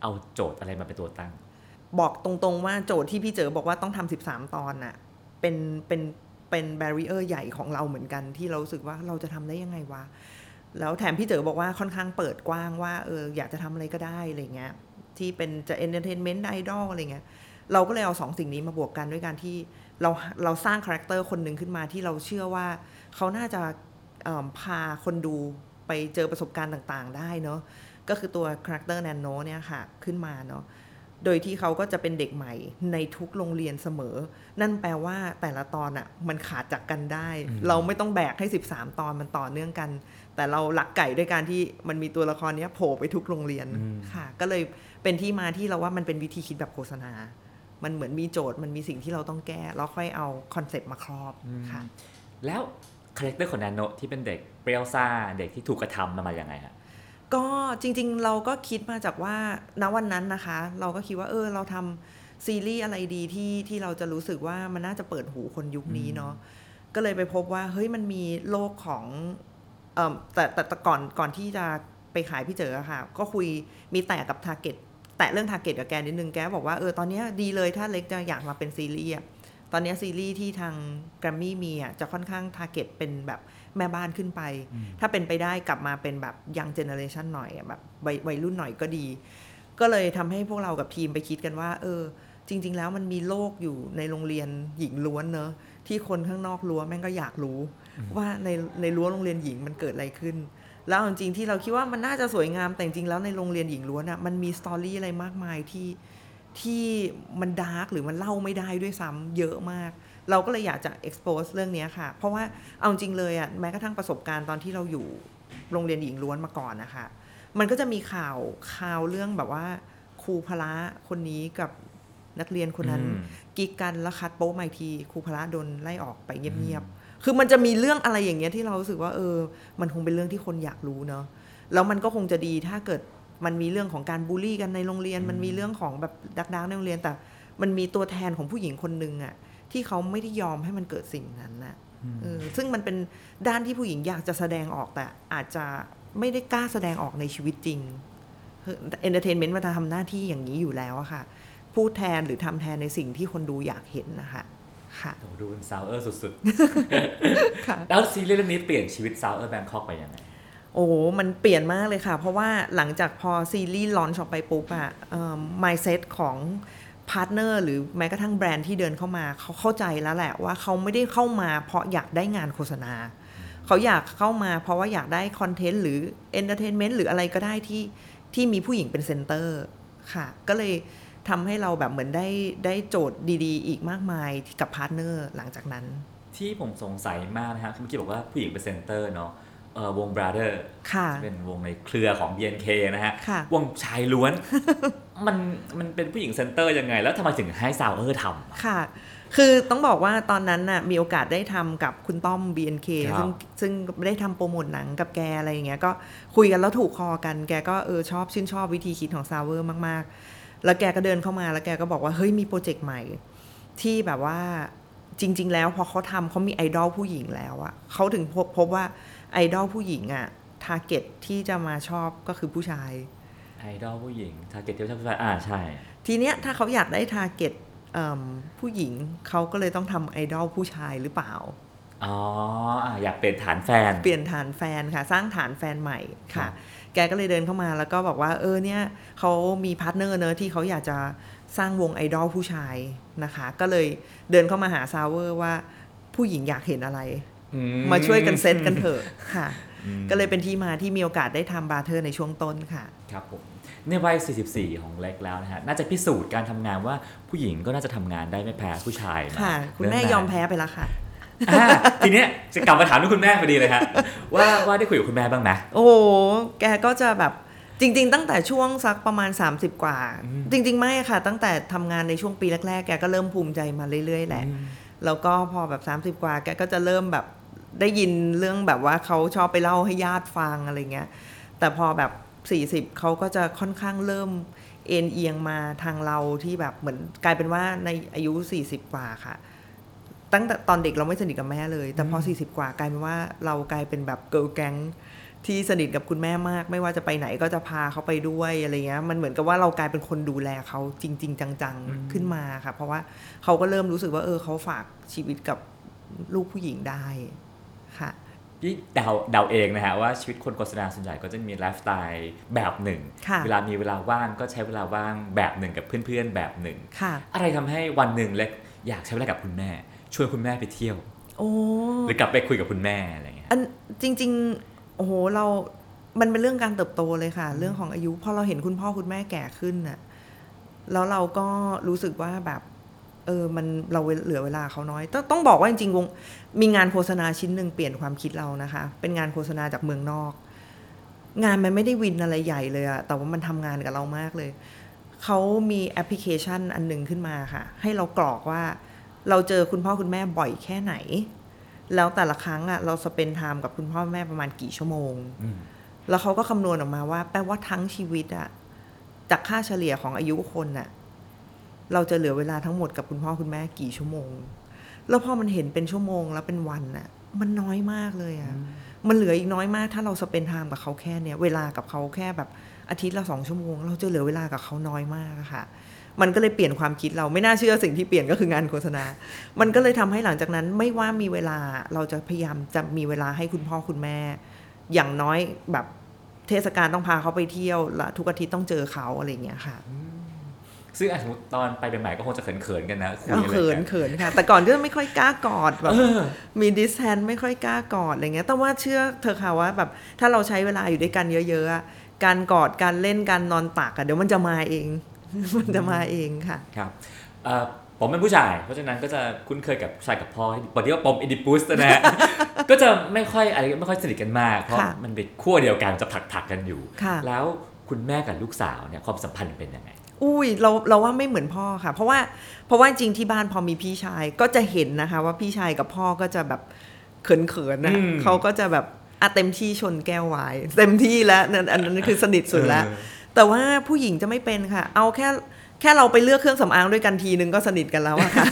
เอาโจทย์อะไรมาเป็นตัวตั้งบอกตรงๆว่าโจทย์ที่พี่เจอบอกว่าต้องทำ13 ตอนน่ะเป็นแบรีเออร์ใหญ่ของเราเหมือนกันที่เรารู้สึกว่าเราจะทำได้ยังไงวะแล้วแถมพี่เจอบอกว่าค่อนข้างเปิดกว้างว่าอยากจะทำอะไรก็ได้อะไรเงี้ยที่เป็นจะเอนเตอร์เทนเมนต์ไอดอลอะไรเงี้ยเราก็เลยเอา2สิ่งนี้มาบวกกันด้วยการที่เราสร้างคาแรคเตอร์คนหนึ่งขึ้นมาที่เราเชื่อว่าเขาน่าจะพาคนดูไปเจอประสบการณ์ต่างๆได้เนาะก็คือตัวคาแรคเตอร์แนนโนเนี่ยค่ะขึ้นมาเนาะโดยที่เขาก็จะเป็นเด็กใหม่ในทุกโรงเรียนเสมอนั่นแปลว่าแต่ละตอนอ่ะมันขาดจากกันได้เราไม่ต้องแบกให้13 ตอนมันต่อเนื่องกันแต่เราลักไก่ด้วยการที่มันมีตัวละครนี้โผล่ไปทุกโรงเรียนค่ะก็เลยเป็นที่มาที่เราว่ามันเป็นวิธีคิดแบบโฆษณามันเหมือนมีโจทย์มันมีสิ่งที่เราต้องแก้แล้วค่อยเอาคอนเซปต์มาครอบค่ะแล้วคาแรคเตอร์ของแนนโนที่เป็นเด็กเปรี้ยวซ่าเด็กที่ถูกกระทำมาอย่างไงฮะก็จริงๆเราก็คิดมาจากว่าณวันนั้นนะคะเราก็คิดว่าเราทำซีรีส์อะไรดีที่เราจะรู้สึกว่ามันน่าจะเปิดหูคนยุคนี้เนาะก็เลยไปพบว่าเฮ้ยมันมีโลกของแต่ก่อนที่จะไปขายพี่เจอค่ะก็คุยมีแตะกับ Target แตะเรื่อง Target กับแกนิดนึงแกบอกว่าตอนนี้ดีเลยถ้าเล็กจะอยากมาเป็นซีรีส์ตอนนี้ซีรีส์ที่ทาง Grammy มีจะค่อนข้าง Target เป็นแบบแม่บ้านขึ้นไปถ้าเป็นไปได้กลับมาเป็นแบบ Young Generation หน่อยแบบวัยรุ่นหน่อยก็ดีก็เลยทำให้พวกเรากับทีมไปคิดกันว่าจริงๆแล้วมันมีโลกอยู่ในโรงเรียนหญิงล้วนเนอะที่คนข้างนอกรั้วแม่งก็อยากรู้ว่าในรั้วโรงเรียนหญิงมันเกิดอะไรขึ้นแล้วจริงๆที่เราคิดว่ามันน่าจะสวยงามแต่จริงๆแล้วในโรงเรียนหญิงล้วนมันมีสตอรี่อะไรมากมายที่มันดาร์กหรือมันเล่าไม่ได้ด้วยซ้ำเยอะมากเราก็เลยอยากจะ expose เรื่องนี้ค่ะเพราะว่าเอาจริงเลยแม้กระทั่งประสบการณ์ตอนที่เราอยู่โรงเรียนหญิงล้วนมาก่อนนะคะมันก็จะมีข่าวเรื่องแบบว่าครูพละคนนี้กับนักเรียนคนนั้นกิ๊กกันแล้วคัดโป๊ะมาทีครูพละโดนไล่ออกไปเงียบๆคือมันจะมีเรื่องอะไรอย่างเงี้ยที่เรารู้สึกว่ามันคงเป็นเรื่องที่คนอยากรู้เนาะแล้วมันก็คงจะดีถ้าเกิดมันมีเรื่องของการบูลลี่กันในโรงเรียนมันมีเรื่องของแบบดักๆในโรงเรียนแต่มันมีตัวแทนของผู้หญิงคนนึงที่เขาไม่ได้ยอมให้มันเกิดสิ่งนั้นนะซึ่งมันเป็นด้านที่ผู้หญิงอยากจะแสดงออกแต่อาจจะไม่ได้กล้าแสดงออกในชีวิตจริงเอนเตอร์เทนเมนต์มันจะทำหน้าที่อย่างนี้อยู่แล้วอะค่ะพูดแทนหรือทำแทนในสิ่งที่คนดูอยากเห็นนะคะค่ะดูเป็นซาวสุดๆแล้วซีรีส์เรื่องนี้เปลี่ยนชีวิตซาวแบงคอกไปยังไงมันเปลี่ยนมากเลยค่ะเพราะว่าหลังจากพอซีรีส์ลอนช์ออกไปปุ๊บmindset ของพาร์ทเนอร์หรือแม้กระทั่งแบรนด์ที่เดินเข้ามาเขาเข้าใจแล้วแหละว่าเขาไม่ได้เข้ามาเพราะอยากได้งานโฆษณาเขาอยากเข้ามาเพราะว่าอยากได้คอนเทนต์หรือเอนเตอร์เทนเมนต์หรืออะไรก็ได้ที่มีผู้หญิงเป็นเซนเตอร์ค่ะก็เลยทำให้เราแบบเหมือนได้โจทย์ดีๆอีกมากมายกับพาร์ทเนอร์หลังจากนั้นที่ผมสงสัยมากนะฮะเมื่อกี้บอกว่าผู้หญิงเป็นเซนเตอร์เนาะวง Brother เป็นวงในเครือของ BNK นะฮะวงชายล้วน มันเป็นผู้หญิงเซนเตอร์ยังไงแล้วทำไมถึงให้ซาวทำค่ะคือต้องบอกว่าตอนนั้นน่ะมีโอกาสได้ทำกับคุณต้อม BNK ซึ่งไม่ได้ทำโปรโมทหนังกับแกอะไรอย่างเงี้ยก็คุยกันแล้วถูกคอกันแกก็ชื่นชอบวิธีคิดของซาวมากๆแล้วแกก็เดินเข้ามาแล้วแกก็บอกว่าเฮ้ยมีโปรเจกต์ใหม่ที่แบบว่าจริงๆแล้วพอเขาทำเขามีไอดอลผู้หญิงแล้วเขาถึงพบว่าไอดอลผู้หญิงทาร์เก็ตที่จะมาชอบก็คือผู้ชายไอดอลผู้หญิงทาร์เก็ตที่ชอบผู้ชายใช่ทีเนี้ยถ้าเขาอยากได้ทาร์เก็ตผู้หญิงเขาก็เลยต้องทำไอดอลผู้ชายหรือเปล่าอยากเปลี่ยนฐานแฟนค่ะสร้างฐานแฟนใหม่ค่ะแกก็เลยเดินเข้ามาแล้วก็บอกว่าเนี่ยเขามีพาร์ทเนอร์เนอะที่เขาอยากจะสร้างวงไอดอลผู้ชายนะคะก็เลยเดินเข้ามาหาซาวเวอร์ว่าผู้หญิงอยากเห็นอะไรมาช่วยกันเซตกันเถอะค่ะก็เลยเป็นที่มาที่มีโอกาสได้ทำบาร์เทอร์ในช่วงต้นค่ะครับผมในวัย44ของเล็กแล้วนะฮะน่าจะพิสูจน์การทำงานว่าผู้หญิงก็น่าจะทำงานได้ไม่แพ้ผู้ชายค่ะคุณแม่ยอมแพ้ไปแล้วค่ะทีเนี้ยจะกลับมาถามด้วยคุณแม่พอดีเลยฮะว่าได้คุยกับคุณแม่บ้างไหมแกก็จะแบบจริงๆตั้งแต่ช่วงสักประมาณ30กว่าจริงๆไม่ค่ะตั้งแต่ทำงานในช่วงปีแรกๆแกก็เริ่มภูมิใจมาเรื่อยๆแหละแล้วก็พอแบบ30กว่าแกก็จะเริ่มแบบได้ยินเรื่องแบบว่าเขาชอบไปเล่าให้ญาติฟังอะไรเงี้ยแต่พอแบบ40เขาก็จะค่อนข้างเริ่มเอ็นเอียงมาทางเราที่แบบเหมือนกลายเป็นว่าในอายุ40กว่าค่ะตั้งแต่ตอนเด็กเราไม่สนิทกับแม่เลยแต่พอ40กว่ากลายเป็นว่าเรากลายเป็นแบบเกิร์ลแก๊งที่สนิทกับคุณแม่มากไม่ว่าจะไปไหนก็จะพาเขาไปด้วยอะไรเงี้ยมันเหมือนกับว่าเรากลายเป็นคนดูแลเขาจริงๆจังๆขึ้นมาค่ะเพราะว่าเขาก็เริ่มรู้สึกว่าเขาฝากชีวิตกับลูกผู้หญิงได้ค่ะพี่เดาเองนะฮะว่าชีวิตคนโฆษณาส่วนใหญ่ก็จะมีไลฟ์สไตล์แบบหนึ่งเวลามีเวลาว่างก็ใช้เวลาว่างแบบหนึ่งกับเพื่อนๆแบบหนึ่งอะไรทำให้วันหนึ่งเล็กอยากใช้เวลากับคุณแม่ชวนคุณแม่ไปเที่ยวหรือกลับไปคุยกับคุณแม่อะไรเงี้ยจริงๆโอ้โหมันเป็นเรื่องการเติบโตเลยค่ะเรื่องของอายุพอเราเห็นคุณพ่อคุณแม่แก่ขึ้นน่ะแล้วเราก็รู้สึกว่าแบบมันเราเหลือเวลาเขาน้อยต้องบอกว่าจริงๆมีงานโฆษณาชิ้นหนึ่งเปลี่ยนความคิดเรานะคะเป็นงานโฆษณาจากเมืองนอกงานมันไม่ได้วินอะไรใหญ่เลยอะแต่ว่ามันทำงานกับเรามากเลยเขามีแอปพลิเคชันอันนึงขึ้นมาค่ะให้เรากรอกว่าเราเจอคุณพ่อคุณแม่บ่อยแค่ไหนแล้วแต่ละครั้งอะเราสเปนไทม์กับคุณพ่อแม่ประมาณกี่ชั่วโมงแล้วเขาก็คำนวณออกมาว่าแปลว่าทั้งชีวิตอะจากค่าเฉลี่ยของอายุคนอะเราจะเหลือเวลาทั้งหมดกับคุณพ่อคุณแม่กี่ชั่วโมงแล้วพอมันเห็นเป็นชั่วโมงแล้วเป็นวันน่ะมันน้อยมากเลยอ่ะมันเหลืออีกน้อยมากถ้าเราสเปนไทม์กับเขาแค่เนี้ยเวลากับเขาแค่แบบอาทิตย์ละ2 ชั่วโมงเราจะเหลือเวลากับเขาน้อยมากค่ะมันก็เลยเปลี่ยนความคิดเราไม่น่าเชื่อสิ่งที่เปลี่ยนก็คืองานโฆษณามันก็เลยทำให้หลังจากนั้นไม่ว่ามีเวลาเราจะพยายามจะมีเวลาให้คุณพ่อคุณแม่อย่างน้อยแบบเทศกาลต้องพาเขาไปเที่ยวละทุกอาทิตย์ต้องเจอเขาอะไรอย่างเงี้ยค่ะซึ่งสมมติตอนไปใหม่ๆก็คงจะเขินๆกันนะคุยอะไรกันเขินค่ะแต่ก่อนก็ไม่ค่อยกล้ากอดแบบมีดิสแทนไม่ค่อยกล้ากอดอะไรเงี้ยแต่ว่าเชื่อเธอค่ะว่าแบบถ้าเราใช้เวลาอยู่ด้วยกันเยอะๆการกอดการเล่นการนอนตักเดี๋ยวมันจะมาเองมันจะมาเองค่ะครับผมเป็นผู้ชายเพราะฉะนั้นก็จะคุ้นเคยกับชายกับพ่อบอกที่ว่าปมอิดิปุสนะฮะ ก็จะไม่ค่อยสนิทกันมากเพราะมันเป็นขั้วเดียวกันจะถักกันอยู่แล้วคุณแม่กับลูกสาวเนี่ยความสัมพันธ์เป็นยังไงเราว่าไม่เหมือนพ่อค่ะเพราะว่าจริงที่บ้านพอมีพี่ชายก็จะเห็นนะคะว่าพี่ชายกับพ่อก็จะแบบเขินๆนะเขาก็จะแบบเต็มที่ชนแก้ววายเต็มที่แล้วอันนั้นคือสนิทสุดแล้วแต่ว่าผู้หญิงจะไม่เป็นค่ะเอาแค่เราไปเลือกเครื่องสำอางด้วยกันทีนึงก็สนิทกันแล้วอะค่ะ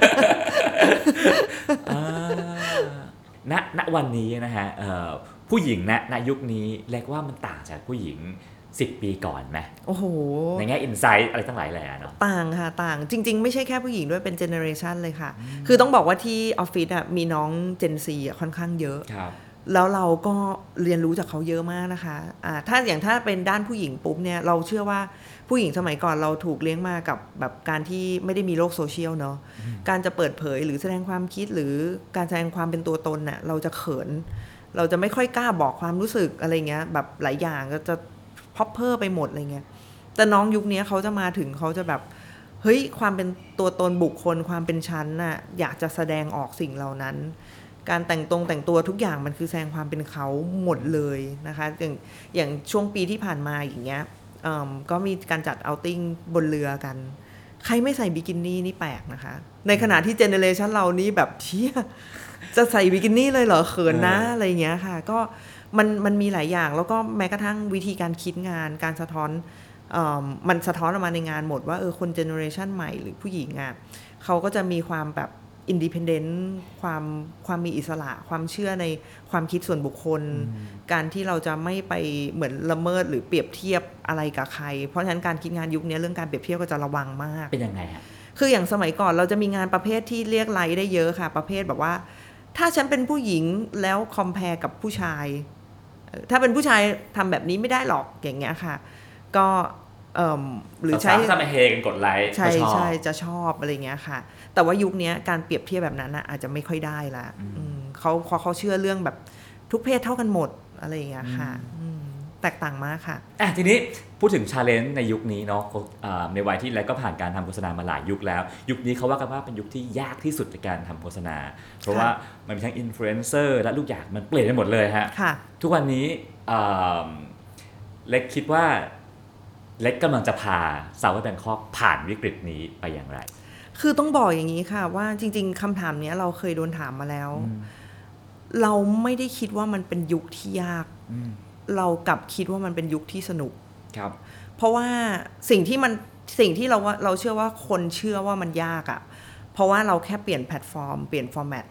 ณวันนี้นะฮะผู้หญิงณยุคนี้เรียกว่ามันต่างจากผู้หญิง10 ปีก่อนไหมโอ้โหในแง่อินไซต์อะไรทั้งหลายแหล่เนาะต่างค่ะต่างจริงๆไม่ใช่แค่ผู้หญิงด้วยเป็นเจเนอเรชันเลยค่ะคือต้องบอกว่าที่ออฟฟิศมีน้องเจนซีค่อนข้างเยอะแล้วเราก็เรียนรู้จากเขาเยอะมากนะคะถ้าเป็นด้านผู้หญิงปุ๊บเนี่ยเราเชื่อว่าผู้หญิงสมัยก่อนเราถูกเลี้ยงมากับแบบการที่ไม่ได้มีโลกโซเชียลเนาะการจะเปิดเผยหรือแสดงความคิดหรือการแสดงความเป็นตัวตนน่ะเราจะเขินเราจะไม่ค่อยกล้าบอกความรู้สึกอะไรเงี้ยแบบหลายอย่างก็จะพอปเปอร์ไปหมดอะไรเงี้ยแต่น้องยุคนี้เขาจะมาถึงเขาจะแบบเฮ้ยความเป็นตัวตนบุคคลความเป็นชั้นน่ะอยากจะแสดงออกสิ่งเหล่านั้นการแต่งตัวทุกอย่างมันคือแสดงความเป็นเขาหมดเลยนะคะอย่างช่วงปีที่ผ่านมาอย่างเงี้ยก็มีการจัดเอาท์ติ้งบนเรือกันใครไม่ใส่บิกินี่นี่แปลกนะคะในขณะที่เจเนเรชันเรานี่แบบเชี่ยจะใส่บิกินี่เลยเหรอเขินนะอะไรเงี้ยค่ะก็มันมีหลายอย่างแล้วก็แม้กระทั่งวิธีการคิดงานการสะท้อนมันสะท้อนออกมาในงานหมดว่าคนเจเนอเรชันใหม่หรือผู้หญิงเขาก็จะมีความแบบอินดิเพนเดนต์ความมีอิสระความเชื่อในความคิดส่วนบุคคลการที่เราจะไม่ไปเหมือนละเมิดหรือเปรียบเทียบอะไรกับใครเพราะฉะนั้นการคิดงานยุคนี้เรื่องการเปรียบเทียบก็จะระวังมากเป็นยังไงฮะคืออย่างสมัยก่อนเราจะมีงานประเภทที่เรียกไลค์ได้เยอะค่ะประเภทแบบว่าถ้าฉันเป็นผู้หญิงแล้วคอมแพร์กับผู้ชายถ้าเป็นผู้ชายทำแบบนี้ไม่ได้หรอกอย่างเงี้ยค่ะก็หรือใช้ถ้ามาเฮกันกดไลค์ใช่จะชอบอะไรเงี้ยค่ะแต่ว่ายุคนี้การเปรียบเทียบแบบนั้นอาจจะไม่ค่อยได้ละเขาเชื่อเรื่องแบบทุกเพศเท่ากันหมดอะไรอย่างเงี้ยค่ะแตกต่างมากค่ะทีนี้พูดถึง challenge ในยุคนี้เนาะในวัยที่แล้วก็ผ่านการทำโฆษณามาหลายยุคแล้วยุคนี้เขาว่ากันว่าเป็นยุคที่ยากที่สุดในการทำโฆษณาเพราะว่ามันมีทั้งอินฟลูเอนเซอร์และลูกอย่างมันเปลี่ยนไปหมดเลยฮะทุกวันนี้เล็กคิดว่าเล็กกำลังจะพาSour Bangkokผ่านวิกฤตนี้ไปอย่างไรคือต้องบอกอย่างนี้ค่ะว่าจริงๆคำถามนี้เราเคยโดนถามมาแล้วเราไม่ได้คิดว่ามันเป็นยุคที่ยากเรากลับคิดว่ามันเป็นยุคที่สนุกครับเพราะว่าสิ่งที่เราเชื่อว่าคนเชื่อว่ามันยากเพราะว่าเราแค่เปลี่ยนแพลตฟอร์มเปลี่ยนฟอร์แมต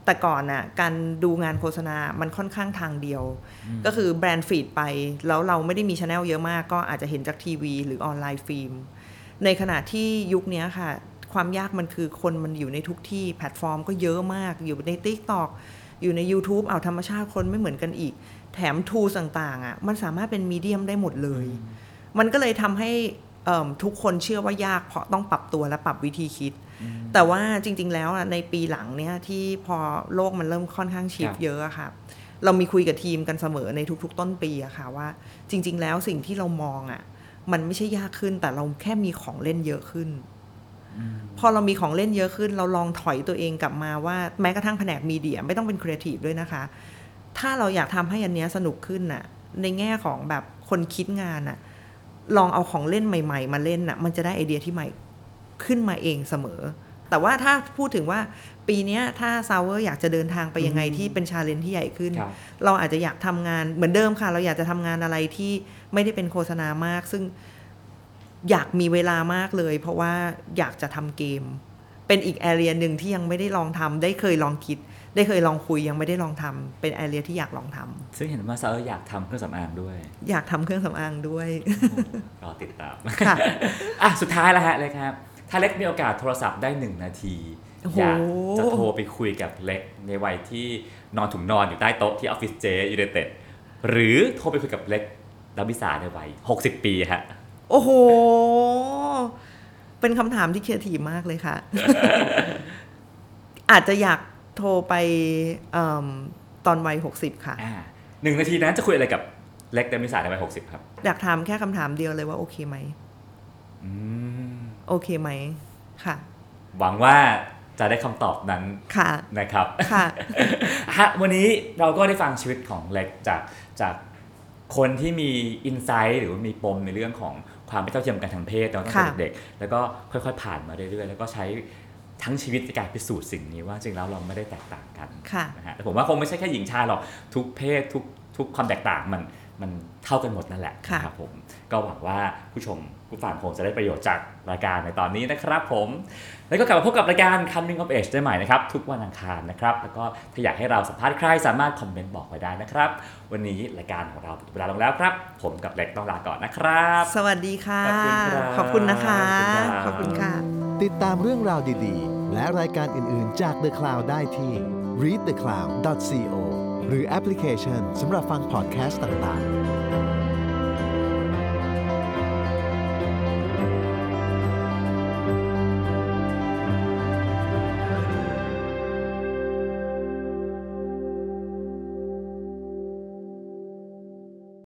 แต่ก่อนน่ะการดูงานโฆษณามันค่อนข้างทางเดียวก็คือแบรนด์ฟีดไปแล้วเราไม่ได้มีชาแนลเยอะมากก็อาจจะเห็นจากทีวีหรือออนไลน์ฟิล์มในขณะที่ยุคนี้ค่ะความยากมันคือคนมันอยู่ในทุกที่แพลตฟอร์มก็เยอะมากอยู่ใน TikTok อยู่ใน YouTube ธรรมชาติคนไม่เหมือนกันอีกแถม tools ต่างๆอ่ะมันสามารถเป็นมีเดียมได้หมดเลยมันก็เลยทำให้ทุกคนเชื่อว่ายากเพราะต้องปรับตัวและปรับวิธีคิดแต่ว่าจริงๆแล้วในปีหลังเนี่ยที่พอโลกมันเริ่มค่อนข้างชิฟเยอะอะค่ะเรามีคุยกับทีมกันเสมอในทุกๆต้นปีอะค่ะว่าจริงๆแล้วสิ่งที่เรามองอะมันไม่ใช่ยากขึ้นแต่เราแค่มีของเล่นเยอะขึ้นพอเรามีของเล่นเยอะขึ้นเราลองถอยตัวเองกลับมาว่าแม้กระทั่งแผนกมีเดียไม่ต้องเป็นครีเอทีฟด้วยนะคะถ้าเราอยากทำให้อันเนี้ยสนุกขึ้นน่ะในแง่ของแบบคนคิดงานน่ะลองเอาของเล่นใหม่ๆมาเล่นน่ะมันจะได้ไอเดียที่ใหม่ขึ้นมาเองเสมอแต่ว่าถ้าพูดถึงว่าปีนี้ถ้าซาวเวอร์อยากจะเดินทางไปยังไงที่เป็นชาเลนจ์ที่ใหญ่ขึ้นเราอาจจะอยากทำงานเหมือนเดิมค่ะเราอยากจะทำงานอะไรที่ไม่ได้เป็นโฆษณามากซึ่งอยากมีเวลามากเลยเพราะว่าอยากจะทำเกมเป็นอีกแอเรียหนึ่งที่ยังไม่ได้ลองทำได้เคยลองคิดได้เคยลองคุยยังไม่ได้ลองทำเป็นแอเรียที่อยากลองทำซึ่งเห็นว่าซาวอยากทำเครื่องสำอางด้วยอยากทำเครื่องสำอางด้วยรอติดตามค่ะสุดท้ายแล้วฮะเล็กครับถ้าเล็กมีโอกาสโทรศัพท์ได้1 นาทีอยากจะโทรไปคุยกับเล็กในวัยที่นอนถุงนอนอยู่ใต้โต๊ะที่ออฟฟิศเจยูไนเต็ดหรือโทรไปคุยกับเล็กดาวิสาในวัย60 ปีฮะโอ้โหเป็นคำถามที่ครีเอทีฟมากเลยค่ะ อาจจะอยากโทรไปตอนวัย60ค่ะ 1 นาทีนั้นจะคุยอะไรกับเล็กดาวิสาในวัย60ครับอยากถามแค่คำถามเดียวเลยว่าโอเคไหมโอเคไหมค่ะหวังว่าจะได้คำตอบนั้นนะครับค่ะวันนี้เราก็ได้ฟังชีวิตของเล็กจากคนที่มีอินไซต์หรือว่ามีปมในเรื่องของความไม่เท่าเทียมกันทางเพศตั้งแต่เด็กๆแล้วก็ค่อยๆผ่านมาเรื่อยๆแล้วก็ใช้ทั้งชีวิตในการพิสูจน์สิ่งนี้ว่าจริงแล้วเราไม่ได้แตกต่างกันนะฮะแต่ผมว่าคงไม่ใช่แค่หญิงชายหรอกทุกเพศทุกความแตกต่างมันเท่ากันหมดนั่นแหละครับผมก็หวังว่าผู้ชมผู้ฟังคงจะได้ประโยชน์จากรายการในตอนนี้นะครับผมแล้วก็กลับมาพบกับรายการ Coming of Age ได้ใหม่นะครับทุกวันอังคารนะครับแล้วก็ถ้าอยากให้เราสัมภาษณ์ใครสามารถคอมเมนต์บอกไว้ได้นะครับวันนี้รายการของเราหมดเวลาลงแล้วครับผมกับเล็กต้องลาก่อนนะครับสวัสดีค่ะขอบคุณนะคะขอบคุณค่ะติดตามเรื่องราวดีๆและรายการอื่นๆจาก The Cloud ได้ที่ readthecloud.co หรือแอปพลิเคชันสำหรับฟังพอดแคสต์ต่างๆ